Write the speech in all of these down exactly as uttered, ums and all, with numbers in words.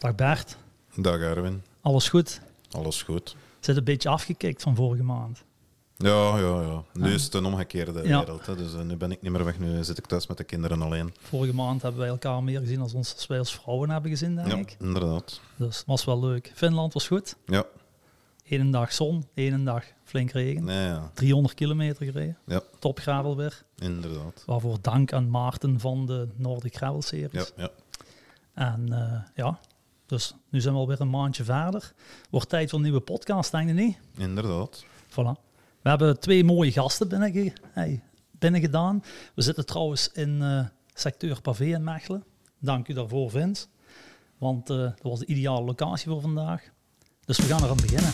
Dag Bert. Dag Erwin. Alles goed? Alles goed. Zit een beetje afgekikt van vorige maand. Ja, ja, ja. Nu Ja. is het een omgekeerde Ja. wereld. Hè. Dus uh, nu ben ik niet meer weg. Nu zit ik thuis met de kinderen alleen. Vorige maand hebben wij elkaar meer gezien als, ons, als wij als vrouwen hebben gezien, denk Ja, ik. inderdaad. Dus het was wel leuk. Finland was goed. Ja. Eén dag zon, één dag flink regen. Nee, ja. driehonderd kilometer gereden. Ja, Top gravel weer. inderdaad. Waarvoor dank aan Maarten van de Nordic Gravel Series. Ja, ja. En uh, ja, dus nu zijn we alweer een maandje verder. Wordt tijd voor een nieuwe podcast, denk je niet? Inderdaad. Voilà. We hebben twee mooie gasten binnen, hey, binnen gedaan. We zitten trouwens in uh, secteur Pavé in Mechelen. Dank u daarvoor, Vince. Want uh, dat was de ideale locatie voor vandaag. Dus we gaan eraan beginnen.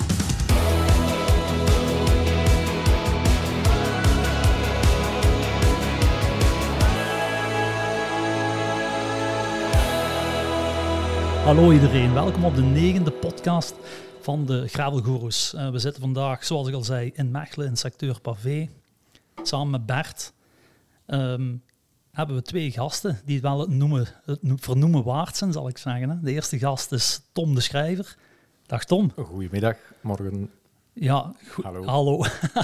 Hallo iedereen, welkom op de negende podcast van de Gravel Goeroes. Uh, we zitten vandaag, zoals ik al zei, in Mechelen in secteur Pavé. Samen met Bert um, hebben we twee gasten die het wel het, noemen, het vernoemen waard zijn, zal ik zeggen. Hè. De eerste gast is Tom de Schrijver. Dag Tom. Goedemiddag, morgen. Ja, go- hallo. hallo.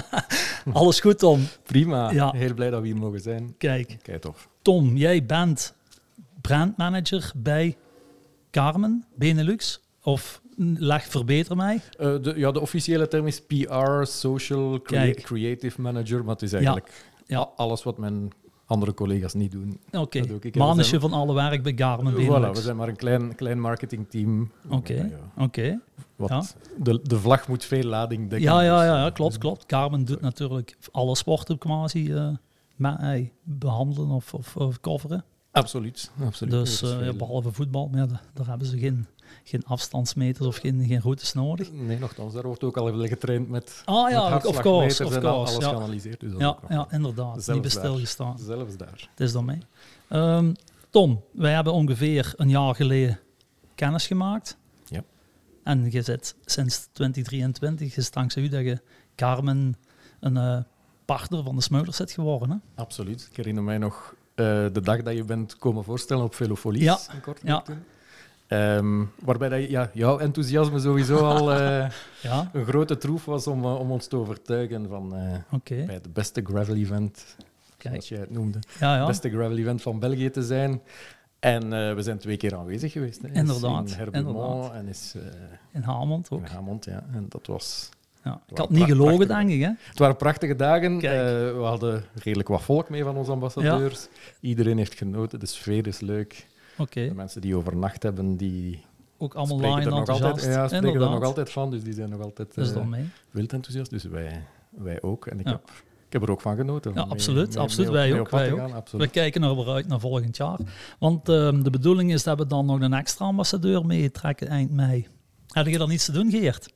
Alles goed, Tom? Prima, Ja. heel blij dat we hier mogen zijn. Kijk, Kijk tof. Tom, jij bent brandmanager bij Garmin Benelux. Of leg, verbeter mij. Uh, de, ja, de officiële term is P R, Social crea- Kijk. Creative Manager, maar het is eigenlijk Ja. a- alles wat mijn andere collega's niet doen. Oké, Dat doe ik. En we manusje zijn- van alle werk bij Garmin Voilà, Benelux. we zijn maar een klein, klein marketingteam. Oké, Ja, ja. oké. Wat Ja. de, de vlag moet veel lading dekken. Ja, ja, dus, ja, ja, uh, klopt, klopt. Garmin doet natuurlijk alle sporten quasi uh, ma- hey, behandelen of, of, of coveren. Absoluut, absoluut. Dus Er is uh, veel- ja, behalve voetbal, maar ja, daar, daar hebben ze geen, geen afstandsmeters of geen, geen routes nodig. Nee, nogthans, daar wordt ook al even getraind met, Ah met ja, of hartslagmeters course, of en al- course. alles Ja, geanalyseerd. Dus dat is ja, ook nog ja wel- inderdaad. Niet Zelfs bij daar. stilgestaan. Zelfs daar. Het is dan mee. Um, Tom, wij hebben ongeveer een jaar geleden kennis gemaakt. Ja. En je zit sinds twintig drieëntwintig, is dankzij u dat je Garmin een uh, partner van de Smuilers zit geworden. Hè? Absoluut. Ik herinner mij nog uh, de dag dat je bent komen voorstellen op Velofolies. Ja. Een kort Ja. toen. Um, waarbij dat, ja, jouw enthousiasme sowieso al uh, Ja, een grote troef was om, uh, om ons te overtuigen van uh, oké. bij het beste gravel-event, Kijk. zoals jij het noemde, Ja, het ja. beste gravel-event van België te zijn. En uh, we zijn twee keer aanwezig geweest. Hè. Eens Inderdaad, in Herbemont inderdaad. en is uh, In Hamond ook. in Hamond. Ja. En dat was... Ja. Ik Wow, had niet pra- gelogen, prachtig. denk ik. Hè? Het waren prachtige dagen. Uh, Kijk. we hadden redelijk wat volk mee van onze ambassadeurs. Iedereen heeft genoten. De sfeer is leuk. Oké. De mensen die overnacht hebben, die Ook allemaal spreken line er nog altijd, enthousiast. ja, spreken er Inderdaad. nog altijd van. Dus die zijn nog altijd Dus uh, dan mee. wild enthousiast. Dus wij, wij ook. En ik, Ja. heb, ik heb er ook van genoten. Ja, om mee- absoluut. mee- absoluut. mee op- wij mee ook. op pad Wij te ook. gaan, We absoluut. kijken er weer uit naar volgend jaar. Want uh, de bedoeling is dat we dan nog een extra ambassadeur meetrekken eind mei. Heb je dan niets te doen, Geert?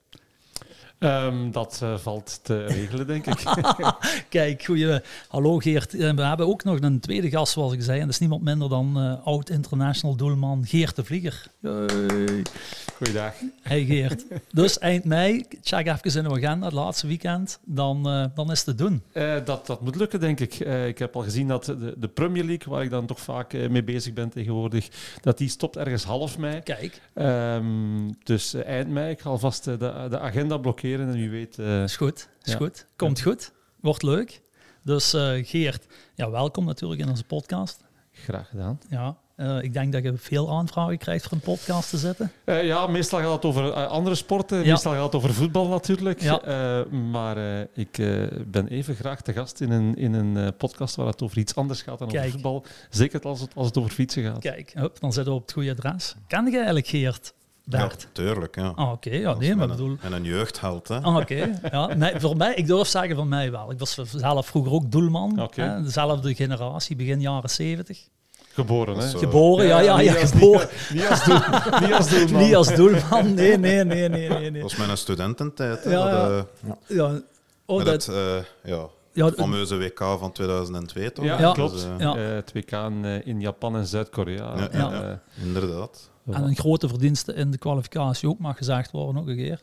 Um, dat uh, valt te regelen, denk ik. Kijk, goeie. Hallo Geert. Uh, we hebben ook nog een tweede gast, zoals ik zei. En dat is niemand minder dan uh, oud-international doelman Geert de Vlieger. Yay. Goeiedag. Hey Geert. Dus eind mei, check even in de agenda, het laatste weekend. Dan, uh, dan is het te doen. Uh, dat, dat moet lukken, denk ik. Uh, ik heb al gezien dat de, de Premier League, waar ik dan toch vaak uh, mee bezig ben tegenwoordig, dat die stopt ergens half mei. Kijk, Um, dus uh, eind mei, ik ga alvast uh, de, de agenda blokkeren en wie weet... Uh, is goed. Is Ja. goed. Komt goed. Wordt leuk. Dus uh, Geert, ja, welkom natuurlijk in onze podcast. graag gedaan. Ja, uh, ik denk dat je veel aanvragen krijgt voor een podcast te zetten. Uh, ja, meestal gaat het over uh, andere sporten. Ja. Meestal gaat het over voetbal natuurlijk. Ja. Uh, maar uh, ik uh, ben even graag te gast in een, in een uh, podcast waar het over iets anders gaat dan Kijk. over voetbal. Zeker als het, als het over fietsen gaat. Kijk, hup, dan zitten we op het goede adres. Ken je eigenlijk Geert? Bert? Ja, tuurlijk, ja. Ah, oké. Ja, Dat is nee, maar mijn- bedoel... En een jeugdheld, hè. Ah, oké. Ja, nee, voor mij, ik durf zeggen van mij wel. Ik was zelf vroeger ook doelman. Oké. Hè, dezelfde generatie, begin jaren zeventig. Geboren, hè? Zo. Geboren, ja, ja, ja, niet als- geboren. Niet als, doel, niet als doelman. Niet als doelman, nee, nee, nee, nee, nee. nee. Dat was mijn studententijd, hè. Ja, dat, ja. eh, Ja, oh, met dat, het uh, ja, ja, het- fameuze W K van tweeduizend twee, toch? Ja, Ja. klopt. Dus, eh, Ja. Uh, het W K in, uh, in Japan en Zuid-Korea. Ja, ja. Uh, inderdaad. en een grote verdienste in de kwalificatie ook, mag gezegd worden, ook een keer.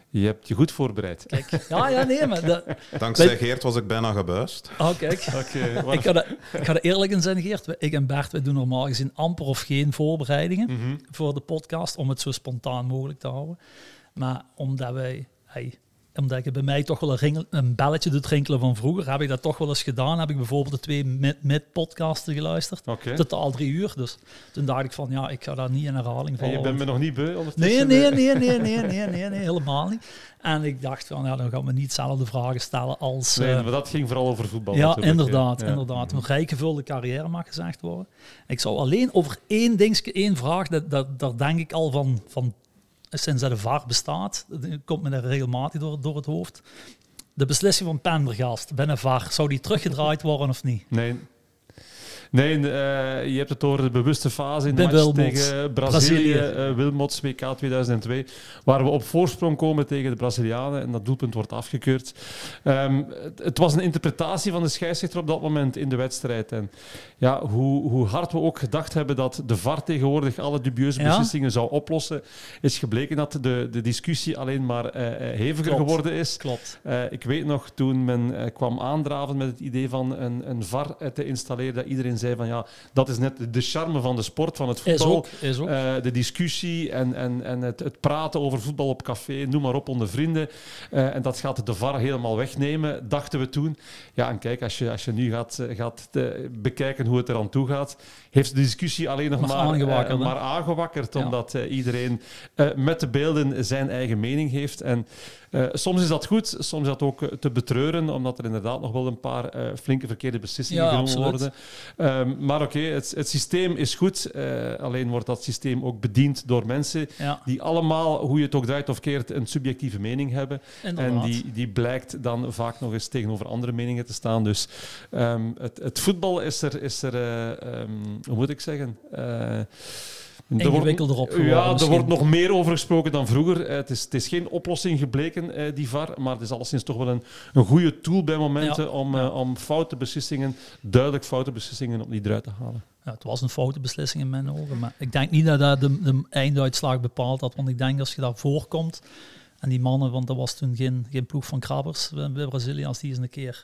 Je hebt je goed voorbereid. Kijk, ja, ja, nee, maar... Dat... Dankzij Wij... Geert was ik bijna gebuist. Oh, kijk. Okay, ik, ga er, ik ga er eerlijk in zijn, Geert. Ik en Bert, wij doen normaal gezien amper of geen voorbereidingen mm-hmm. voor de podcast, om het zo spontaan mogelijk te houden. Maar omdat wij... Hey, omdat je bij mij toch wel een, ringel, een belletje doet rinkelen van vroeger, heb ik dat toch wel eens gedaan. Heb ik bijvoorbeeld de twee mid-podcasten geluisterd. Okay. Totaal drie uur. Dus toen dacht ik van, ja, ik ga daar niet in herhaling vallen. En je bent me nog niet beu Nee, ondertussen? nee, nee, nee, nee, nee, nee, nee, helemaal niet. En ik dacht van, ja, dan gaan we niet dezelfde vragen stellen als... Nee, uh, maar dat ging vooral over voetbal. Ja, natuurlijk. inderdaad, ja. inderdaad. Een rijk gevulde carrière mag gezegd worden. Ik zou alleen over één dingetje, één vraag, dat, dat, daar denk ik al van... van sinds dat de V A R bestaat, komt me er regelmatig door, door het hoofd. De beslissing van Pendergast binnen V A R, zou die teruggedraaid worden of niet? Nee. Nee, uh, je hebt het over de bewuste fase in de match Wilmots. tegen Brazilië, Brazilië. Uh, Wilmots W K tweeduizend twee, waar we op voorsprong komen tegen de Brazilianen en dat doelpunt wordt afgekeurd. Um, het, het was een interpretatie van de scheidsrechter op dat moment in de wedstrijd. En ja, hoe, hoe hard we ook gedacht hebben dat de V A R tegenwoordig alle dubieuze ja? beslissingen zou oplossen, is gebleken dat de, de discussie alleen maar uh, heviger Klopt. geworden is. Klopt. Uh, ik weet nog, toen men uh, kwam aandraven met het idee van een, een V A R te installeren, dat iedereen zei van ja, dat is net de charme van de sport, van het voetbal. Is ook, is ook. Uh, de discussie en, en, en het, het praten over voetbal op café, noem maar op, onder vrienden. Uh, en dat gaat de V A R helemaal wegnemen, dachten we toen. Ja, en kijk, als je, als je nu gaat, gaat te, bekijken hoe het eraan toe gaat, heeft de discussie alleen nog maar maar aangewakkerd, uh, maar aangewakkerd ja. omdat uh, iedereen uh, met de beelden zijn eigen mening heeft. En uh, soms is dat goed, soms is dat ook uh, te betreuren, omdat er inderdaad nog wel een paar uh, flinke verkeerde beslissingen ja, genomen absoluut. worden. Um, maar oké, okay, het, het systeem is goed. Uh, alleen wordt dat systeem ook bediend door mensen ja. die allemaal, hoe je het ook draait of keert, een subjectieve mening hebben. Inderdaad. En die, die blijkt dan vaak nog eens tegenover andere meningen te staan. Dus um, het, het voetbal is er, is er uh, um, hoe moet ik zeggen... Uh, ingewikkelder op geworden. Ja, er misschien. wordt nog meer over gesproken dan vroeger. Uh, het, is, het is geen oplossing gebleken, uh, die V A R, maar het is alleszins toch wel een, een goede tool bij momenten ja. om, uh, ja. om foute beslissingen, duidelijk foute beslissingen opnieuw eruit te halen. Ja, het was een foute beslissing in mijn ogen, maar ik denk niet dat dat de, de einduitslag bepaald had, want ik denk als je daarvoor komt en die mannen, want dat was toen geen, geen ploeg van krabbers bij Brazilië, als die eens een keer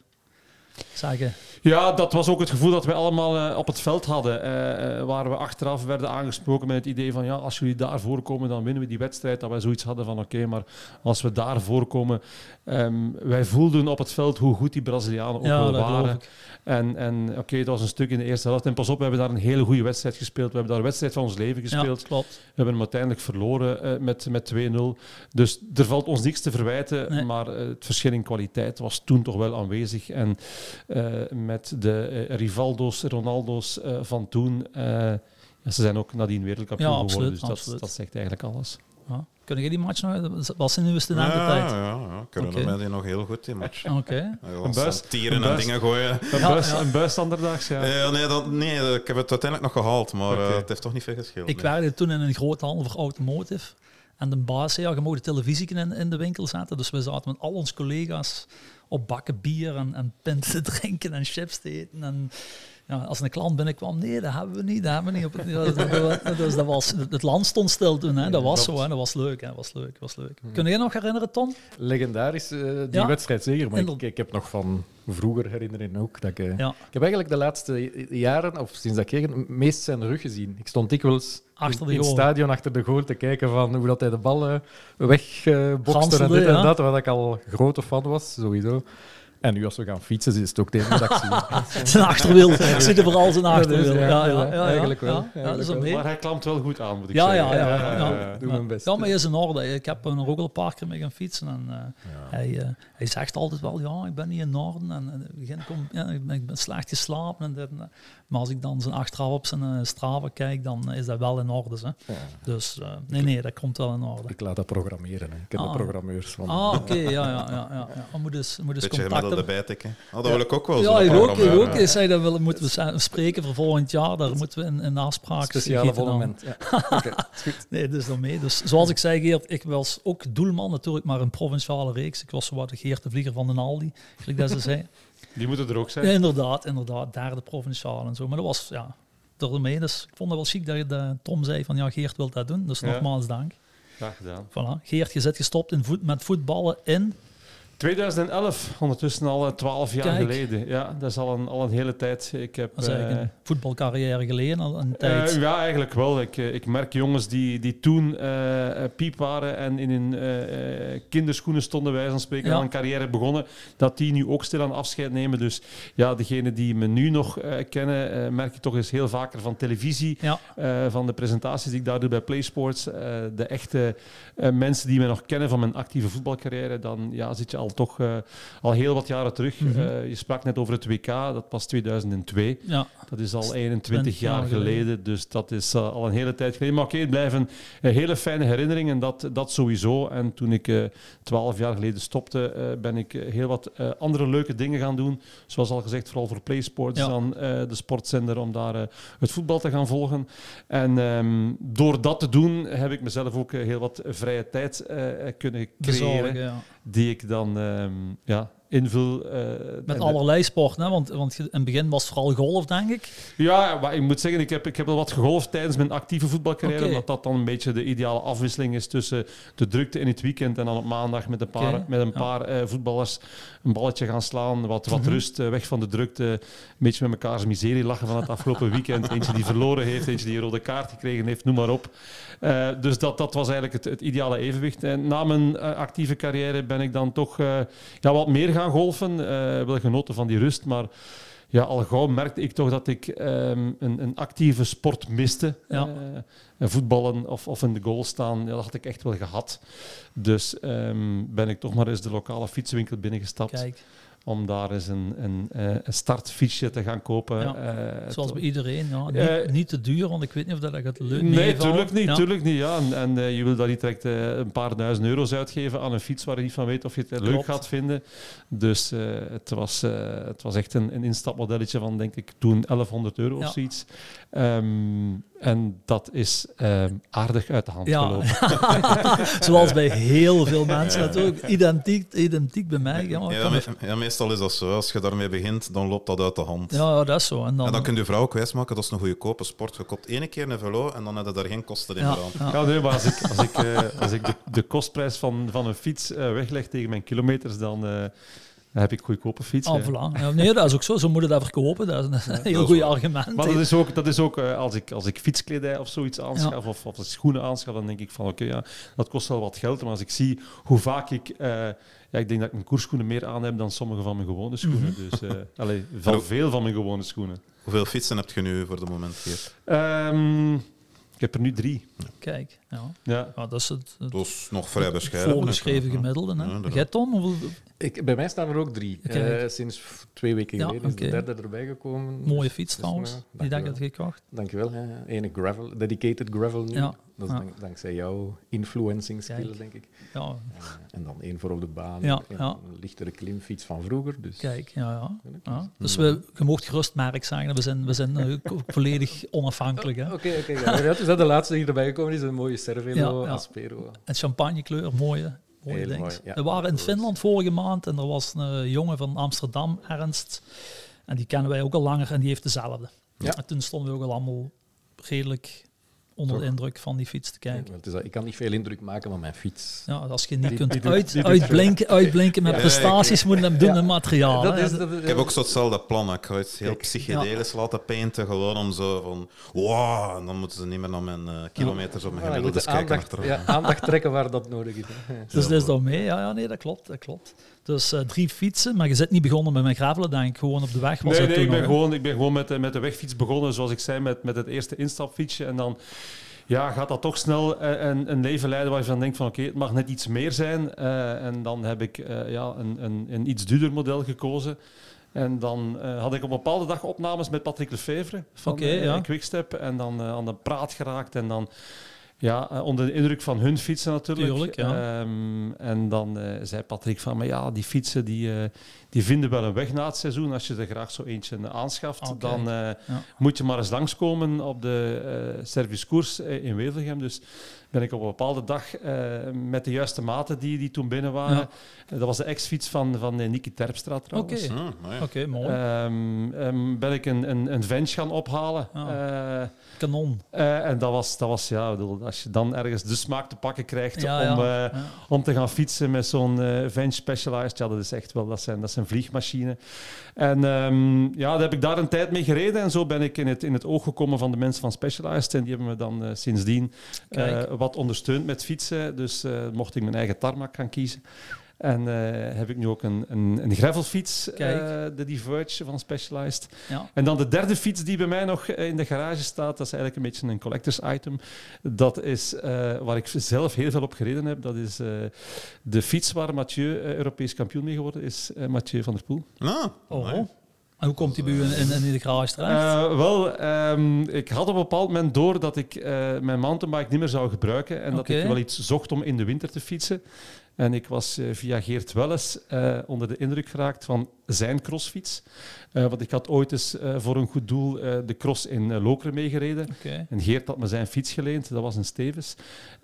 zeggen. Ja, dat was ook het gevoel dat wij allemaal uh, op het veld hadden. Uh, uh, waar we achteraf werden aangesproken met het idee van ja, als jullie daar voorkomen, dan winnen we die wedstrijd. Dat wij zoiets hadden van oké, okay, maar als we daar voorkomen... Um, wij voelden op het veld hoe goed die Brazilianen ook ja, wel waren. En, en oké, okay, dat was een stuk in de eerste helft. En pas op, we hebben daar een hele goede wedstrijd gespeeld. We hebben daar een wedstrijd van ons leven gespeeld. Ja, klopt. We hebben hem uiteindelijk verloren uh, met, met twee nul. Dus er valt ons niks te verwijten. Nee. Maar uh, het verschil in kwaliteit was toen toch wel aanwezig. En uh, met de uh, Rivaldo's, Ronaldo's uh, van toen... Uh, ja, ze zijn ook nadien wereldkampioen ja, geworden. Absoluut, dus dat, dat zegt eigenlijk alles. Ja. Kun je die match nog? Was in uw studententijd? Ja, ja, ja. Ik herinner okay. mij die nog heel goed, die match. Oké. Okay. Een buis, tieren een buis, en dingen gooien. Een ja, buis, ja. een buis anderdaags, ja. Uh, nee, dat, nee, ik heb het uiteindelijk nog gehaald, maar okay. uh, het heeft toch niet veel gescheeld. Ik nee. werkte toen in een grote handel voor automotive. En de baas zei, ja, je mag de televisie in, in de winkel zetten. Dus we zaten met al onze collega's op bakken bier en, en pinten te drinken en chips te eten. En ja, als een klant binnenkwam, nee, dat hebben we niet, dat hebben we niet. Op het, dat, dat, dat, dat was, het land stond stil toen, hè. Dat was zo, hè. Dat was leuk, hè. Dat was leuk, was leuk. Hmm. Kun je je nog herinneren, Ton? Legendarisch, uh, die ja. wedstrijd zeker, maar ik, ik heb nog van vroeger herinneringen ook. Dat ik, uh, ja. ik heb eigenlijk de laatste jaren, of sinds dat ik keek, meest zijn rug gezien. Ik stond dikwijls in, in het stadion achter de goal te kijken van hoe dat hij de bal uh, wegbokste en dit en dat, waar ik al grote fan was, sowieso. En nu als we gaan fietsen, is het ook de hele dag zien. Zijn achterwiel. Ik zit er vooral zijn achterwiel. Ja, ja, ja, ja, eigenlijk wel. Ja, ja, dat is maar hij klampt wel goed aan, moet ik ja, zeggen. Ja, ja, ja. ja, ja, ja. Doe mijn best. Ja, maar hij is in orde. Ik heb er ook al een paar keer mee gaan fietsen. En, uh, ja. hij, uh, hij zegt altijd wel, ja, ik ben niet in orde. En, en, kom, ja, ik ben slecht geslapen. En dit, en, maar als ik dan zijn achteraf op zijn uh, Strava kijk, dan is dat wel in orde. Hè. Ja. Dus uh, nee, nee, dat komt wel in orde. Ik laat dat programmeren. Hè. Ik heb ah. de programmeurs van. Ah, oké, okay, ja, ja, ja, ja, ja. We moeten eens, moet eens contact hebben. Erbij tikken. Oh, dat ja. wil ik ook wel. Ja, ik ook. Ik ook. Ik zei, dat willen, moeten we spreken voor volgend jaar. Daar moeten we een, een afspraak speciale abonnement. Ja. Okay, nee, dus daarmee. Dus zoals ik zei, Geert, ik was ook doelman natuurlijk, maar een provinciale reeks. Ik was zo wat de Geert de Vlieger van den Aldi, gelijk dat ze zei. Die moeten er ook zijn. Ja, inderdaad, inderdaad. Derde provinciale en zo. Maar dat was, ja, daarmee. Dus ik vond het wel chic dat je de, Tom zei van, ja, Geert wil dat doen. Dus ja. nogmaals dank. Graag gedaan. Voilà. Geert, je zit gestopt in voet, met voetballen in... twintig elf, ondertussen al twaalf jaar Kijk. geleden. Ja, dat is al een, al een hele tijd. Ik heb, dat is eigenlijk uh, een voetbalcarrière geleden, al een tijd. Uh, ja, eigenlijk wel. Ik, ik merk jongens die, die toen uh, piep waren en in hun uh, kinderschoenen stonden, wij van spreken, ja. aan een carrière begonnen, dat die nu ook stilaan afscheid nemen. Dus ja, degenen die me nu nog uh, kennen, uh, merk je toch eens heel vaker van televisie, ja. uh, van de presentaties die ik daar doe bij PlaySports. Uh, de echte uh, mensen die me nog kennen van mijn actieve voetbalcarrière, dan ja, zit je al toch uh, al heel wat jaren terug. Mm-hmm. Uh, je sprak net over het W K, dat was tweeduizend twee. Ja. Dat is al eenentwintig jaar geleden, geleden, dus dat is uh, al een hele tijd geleden. Maar oké, okay, het blijven uh, hele fijne herinneringen, dat, dat sowieso. En toen ik uh, twaalf jaar geleden stopte, uh, ben ik uh, heel wat uh, andere leuke dingen gaan doen. Zoals al gezegd, vooral voor PlaySports, ja. dan uh, de sportzender, om daar uh, het voetbal te gaan volgen. En um, door dat te doen, heb ik mezelf ook uh, heel wat vrije tijd uh, kunnen creëren. Bezorgen, ja. Die ik dan um, ja, invul. Uh, Met allerlei sporten, hè? Want, want in het begin was het vooral golf, denk ik. Ja, maar ik moet zeggen, ik heb, ik heb wel wat gegolfd tijdens mijn actieve voetbalcarrière, okay. omdat dat dan een beetje de ideale afwisseling is tussen de drukte in het weekend en dan op maandag met een paar, okay. met een paar ja. uh, voetballers een balletje gaan slaan, wat, wat mm-hmm. rust, uh, weg van de drukte, een beetje met elkaars miserie lachen van het afgelopen weekend. Eentje die verloren heeft, eentje die een rode kaart gekregen heeft, noem maar op. Uh, dus dat, dat was eigenlijk het, het ideale evenwicht. En na mijn uh, actieve carrière ben ik dan toch uh, ja, wat meer gaan golfen. Uh, wel genoten van die rust, maar ja, al gauw merkte ik toch dat ik um, een, een actieve sport miste. Ja. Uh, voetballen of, of in de goal staan, ja, dat had ik echt wel gehad. Dus um, ben ik toch maar eens de lokale fietsenwinkel binnengestapt. Kijk. Om daar eens een, een, een startfietsje te gaan kopen. Ja, uh, zoals bij iedereen. Ja. Niet, uh, niet te duur, want ik weet niet of dat gaat leuk Nee, tuurlijk niet. Ja. Tuurlijk niet ja. En, en uh, je wil daar niet direct uh, een paar duizend euro's uitgeven aan een fiets waar je niet van weet of je het Klopt. leuk gaat vinden. Dus uh, het, was, uh, het was echt een, een instapmodelletje van, denk ik, toen elfhonderd euro ja. of zoiets. Um, en dat is um, aardig uit de hand ja. gelopen. Zoals bij heel veel mensen natuurlijk. Identiek, identiek bij mij. Ja, ja, me, ja, meestal is dat zo. Als je daarmee begint, dan loopt dat uit de hand. Ja, dat is zo. En dan, en dan kun je vrouw ook wijsmaken, dat is een goedkope sport. Je koopt één keer een velo en dan heb je daar geen kosten in. Ja, ja. ja nee, maar als ik, als ik, uh, als ik de, de kostprijs van, van een fiets uh, wegleg tegen mijn kilometers, dan... Uh, Dan heb ik goedkope fiets. Oh, voilà. Ja, nee, dat is ook zo. Zo moet je dat verkopen. Dat is een ja, heel goed argument. Maar dat is ook, dat is ook uh, als, ik, als ik fietskledij of zoiets aanschaf, ja. of, of schoenen aanschaf, dan denk ik van oké, okay, ja, dat kost wel wat geld. Maar als ik zie hoe vaak ik... Uh, ja, ik denk dat ik mijn koersschoenen meer aan heb dan sommige van mijn gewone schoenen. Mm-hmm. Dus uh, allee, van veel van mijn gewone schoenen. Hoeveel fietsen heb je nu voor de moment, Geert? Um, ik heb er nu drie. Kijk, ja. ja. ja dat is het, het dat is nog vrij bescheiden. Voorgeschreven gemiddelde. Hè? Ja, Jij, Tom? Hoeveel... Ik, bij mij staan er ook drie. Uh, sinds twee weken geleden ja, okay. is de derde erbij gekomen. Mooie fiets trouwens, dus, uh, die dag dat je gekocht. Dankjewel. Ene gravel, dedicated gravel nu. Ja. Dat is ja. dank, dankzij jouw influencing skills, Kijk. denk ik. Ja. Uh, en dan één voor op de baan. Ja, en ja. een lichtere klimfiets van vroeger. Dus. Kijk, ja, ja. ja. Dus we, je mocht gerust merk zeggen, we zijn, we zijn uh, volledig onafhankelijk. Oké, oké. Okay, okay, ja. Dus dat de laatste die erbij gekomen is, een mooie Cervelo ja, ja. Aspero. En champagnekleur, mooie. Mooie dingen. Mooi, ja. We waren in Finland vorige maand en er was een jongen van Amsterdam, Ernst. En die kennen wij ook al langer en die heeft dezelfde. Ja. En toen stonden we ook al allemaal redelijk onder de indruk van die fiets te kijken. Ja, het is, ik kan niet veel indruk maken van mijn fiets. Ja, als je niet die, kunt die, die, uit, die, die uitblinken, uitblinken met ja, prestaties, ja, moet je hem doen ja. met materiaal. Dat is, dat is, ik heb ook zo hetzelfde plan. Ik ga het heel psychedelisch ja. laten painten, gewoon om zo van wow, en dan moeten ze niet meer naar mijn uh, kilometers op mijn gemiddelde ja, kijken. Aandacht, ja, aandacht trekken waar dat nodig is. Hè. Dus dat is dan mee. Ja, ja, nee, dat klopt. Dat klopt. Dus uh, drie fietsen, maar je zit niet begonnen met mijn gravelen, denk ik, gewoon op de weg. Was nee, nee, ik ben, gewoon, ik ben gewoon met, met de wegfiets begonnen, zoals ik zei, met, met het eerste instapfietsje. En dan ja, gaat dat toch snel uh, een, een leven leiden waar je van denkt van oké, okay, het mag net iets meer zijn. Uh, en dan heb ik uh, ja, een, een, een iets duurder model gekozen. En dan uh, had ik op een bepaalde dag opnames met Patrick Lefevre van okay, uh, ja. Quickstep. En dan uh, aan de praat geraakt en dan... Ja, uh, onder de indruk van hun fietsen natuurlijk. Tuurlijk, ja. um, en dan uh, zei Patrick van, maar ja, die fietsen die, uh, die vinden wel een weg na het seizoen. Als je er graag zo eentje aanschaft, okay. dan uh, ja. moet je maar eens langskomen op de uh, servicekoers uh, in Wevelgem. Dus ben ik op een bepaalde dag uh, met de juiste maten die, die toen binnen waren. Ja. Uh, dat was de ex-fiets van, van uh, Nicky Terpstra trouwens. Oké, okay. oh, okay, mooi. Um, um, ben ik een, een, een Venge gaan ophalen. Ah. Uh, Kanon. Uh, en dat was, dat was ja, bedoel, als je dan ergens de smaak te pakken krijgt ja, om, ja, uh, ja. om te gaan fietsen met zo'n uh, Venge Specialized, ja, dat is echt wel, dat zijn, dat zijn vliegmachines. En um, ja, daar heb ik daar een tijd mee gereden en zo ben ik in het, in het oog gekomen van de mensen van Specialized en die hebben me dan uh, sindsdien uh, wat ondersteund met fietsen. Dus uh, mocht ik mijn eigen tarmac gaan kiezen. En uh, heb ik nu ook een, een, een gravelfiets, uh, de Diverge van Specialized. Ja. En dan de derde fiets die bij mij nog in de garage staat, dat is eigenlijk een beetje een collectors item. Dat is uh, waar ik zelf heel veel op gereden heb. Dat is uh, de fiets waar Mathieu uh, Europees kampioen mee geworden is, uh, Mathieu van der Poel. Ah, oh. En hoe komt die bij u in, in, in de garage terecht? Uh, wel, um, ik had op een bepaald moment door dat ik uh, mijn mountainbike niet meer zou gebruiken en okay. dat ik wel iets zocht om in de winter te fietsen. En ik was uh, via Geert Welles uh, onder de indruk geraakt van zijn crossfiets. Uh, want ik had ooit eens uh, voor een goed doel uh, de cross in uh, Lokeren meegereden. Okay. En Geert had me zijn fiets geleend, dat was een Stevens.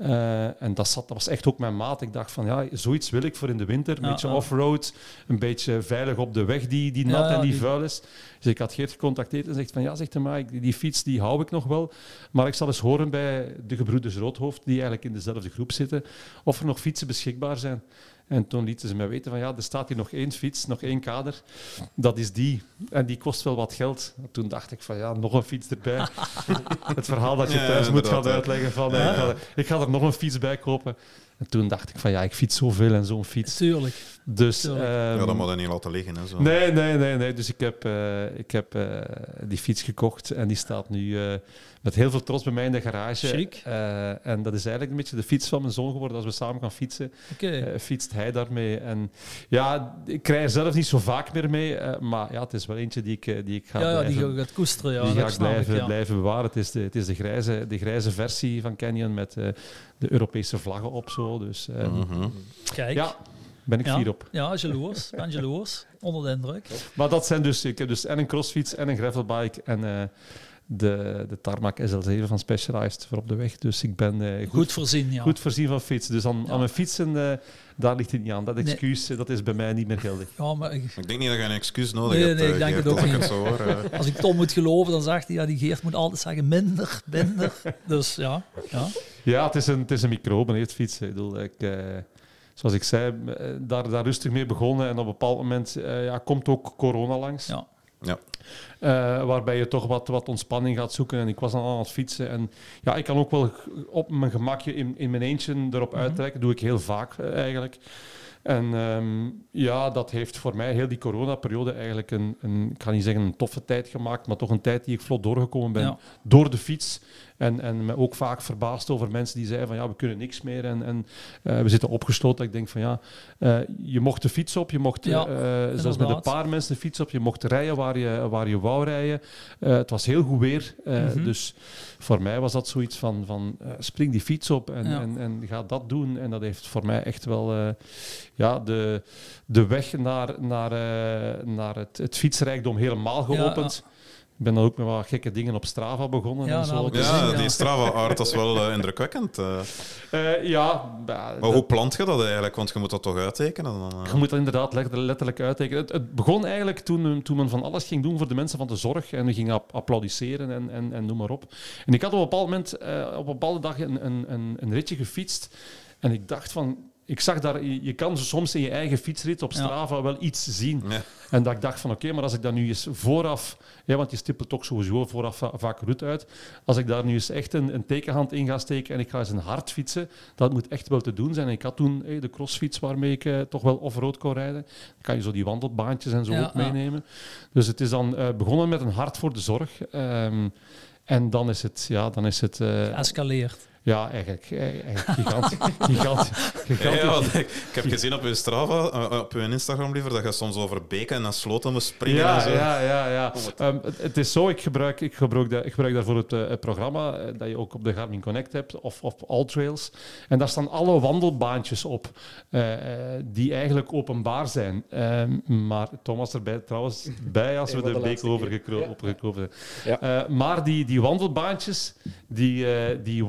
Uh, en dat, zat, dat was echt ook mijn maat. Ik dacht van, ja, zoiets wil ik voor in de winter. Een ja, beetje ja. off-road, een beetje veilig op de weg die, die nat ja, en die, die vuil is. Dus ik had Geert gecontacteerd en zegt van, ja, zegt hij maar, die, die fiets die hou ik nog wel. Maar ik zal eens horen bij de gebroeders Roodhoofd, die eigenlijk in dezelfde groep zitten, of er nog fietsen beschikbaar zijn. En toen lieten ze mij weten van ja, er staat hier nog één fiets, nog één kader. Dat is die. En die kost wel wat geld. Toen dacht ik van ja, nog een fiets erbij. Het verhaal dat je thuis ja, moet gaan uitleggen van ja. ik, ga, ik ga er nog een fiets bij kopen. En toen dacht ik van ja, ik fiets zoveel en zo'n fiets. Tuurlijk. Dus, Tuurlijk. Um, ja, dat moet je niet laten liggen. Hè, zo. Nee, nee, nee, nee. Dus ik heb, uh, ik heb uh, die fiets gekocht en die staat nu uh, met heel veel trots bij mij in de garage. Chic. Uh, en dat is eigenlijk een beetje de fiets van mijn zoon geworden. Als we samen gaan fietsen, okay. uh, fietst hij daarmee. En ja, ik krijg er zelf niet zo vaak meer mee, uh, maar ja, het is wel eentje die ik, uh, die ik ga ja, blijven... Ja, die gaat koesteren. Ja, die ga ik blijven, ik, ja. blijven bewaren. Het is de, het is de, grijze, de grijze versie van Canyon met uh, de Europese vlaggen op zo. Dus uh, mm-hmm. Kijk. Ja, ben ik ja, fier op. Ja, jaloers. Ben jaloers. Onder de indruk. Maar dat zijn dus... Ik heb dus en een crossfiets en een gravelbike en uh, de, de Tarmac S L zeven van Specialized voor op de weg. Dus ik ben uh, goed, goed voorzien, ja. Goed voorzien van fiets. Dus aan, ja. aan mijn fietsen, uh, daar ligt het niet aan. Dat excuus, nee. dat is bij mij niet meer geldig. Ja, maar ik... ik denk niet dat je een excuus nodig nee, hebt. Nee, ik denk Geert, het ook niet. Het zo, hoor, uh. Als ik Tom moet geloven, dan zegt hij, ja, die Geert moet altijd zeggen minder, minder. Dus ja. Ja, ja het is een, het is een microbe, het fietsen. Ik bedoel, ik... Uh, Zoals ik zei, daar, daar rustig mee begonnen en op een bepaald moment uh, ja, komt ook corona langs. Ja. Ja. Uh, waarbij je toch wat, wat ontspanning gaat zoeken. En ik was dan aan het fietsen. En ja, ik kan ook wel op mijn gemakje in, in mijn eentje erop mm-hmm. uittrekken. doe ik heel vaak uh, eigenlijk. En um, ja, dat heeft voor mij heel die coronaperiode eigenlijk een, een, ik ga niet zeggen een toffe tijd gemaakt, maar toch een tijd die ik vlot doorgekomen ben. Ja. Door de fiets. En, en me ook vaak verbaasd over mensen die zeiden van ja, we kunnen niks meer en, en uh, we zitten opgesloten. Ik denk van ja, uh, je mocht de fiets op, je mocht ja, uh, zelfs met een paar mensen de fiets op, je mocht rijden waar je, waar je wou rijden. Uh, het was heel goed weer. Uh, mm-hmm. Dus voor mij was dat zoiets van, van uh, spring die fiets op en, ja. en, en ga dat doen. En dat heeft voor mij echt wel uh, ja, de, de weg naar, naar, uh, naar het, het fietsrijkdom helemaal geopend. Ja, ja. Ik ben dan ook met wat gekke dingen op Strava begonnen. Ja, en zo. Ja, die Strava-art is wel uh, indrukwekkend. Uh. Uh, ja. Maar dat... hoe plant je dat eigenlijk? Want je moet dat toch uittekenen? Dan, uh... Je moet dat inderdaad letterlijk uittekenen. Het, het begon eigenlijk toen, toen men van alles ging doen voor de mensen van de zorg. En we gingen ap- applaudisseren en, en, en noem maar op. En ik had op een bepaald moment, uh, op een bepaalde dag een, een, een ritje gefietst. En ik dacht van... Ik zag daar, je kan soms in je eigen fietsrit op Strava ja. wel iets zien. Ja. En dat ik dacht van oké, okay, maar als ik dat nu eens vooraf... Ja, want je stippelt toch sowieso vooraf va- vaak route uit. Als ik daar nu eens echt een, een tekenhand in ga steken en ik ga eens een hard fietsen, dat moet echt wel te doen zijn. En ik had toen hey, de crossfiets waarmee ik uh, toch wel off-road kon rijden. Dan kan je zo die wandelbaantjes en zo ja, ook meenemen. Ja. Dus het is dan uh, begonnen met een hart voor de zorg. Um, en dan is het... Ja, dan is het uh, geëscaleerd. Ja, eigenlijk, eigenlijk gigant, gigant, gigant. Ja, ja, ik, ik heb gezien op uw Strava, uh, op uw Instagram liever, dat je soms over beken en naar sloten moest springen. Ja, en zo. ja, ja. ja. Um, het, het is zo, ik gebruik, ik gebruik, dat, ik gebruik daarvoor het, uh, het programma uh, dat je ook op de Garmin Connect hebt, of op Alltrails. En daar staan alle wandelbaantjes op, uh, uh, die eigenlijk openbaar zijn. Um, maar Thomas erbij trouwens bij als we de beek overgekropen zijn. Ja. Uh, maar die, die wandelbaantjes, die, uh, die worden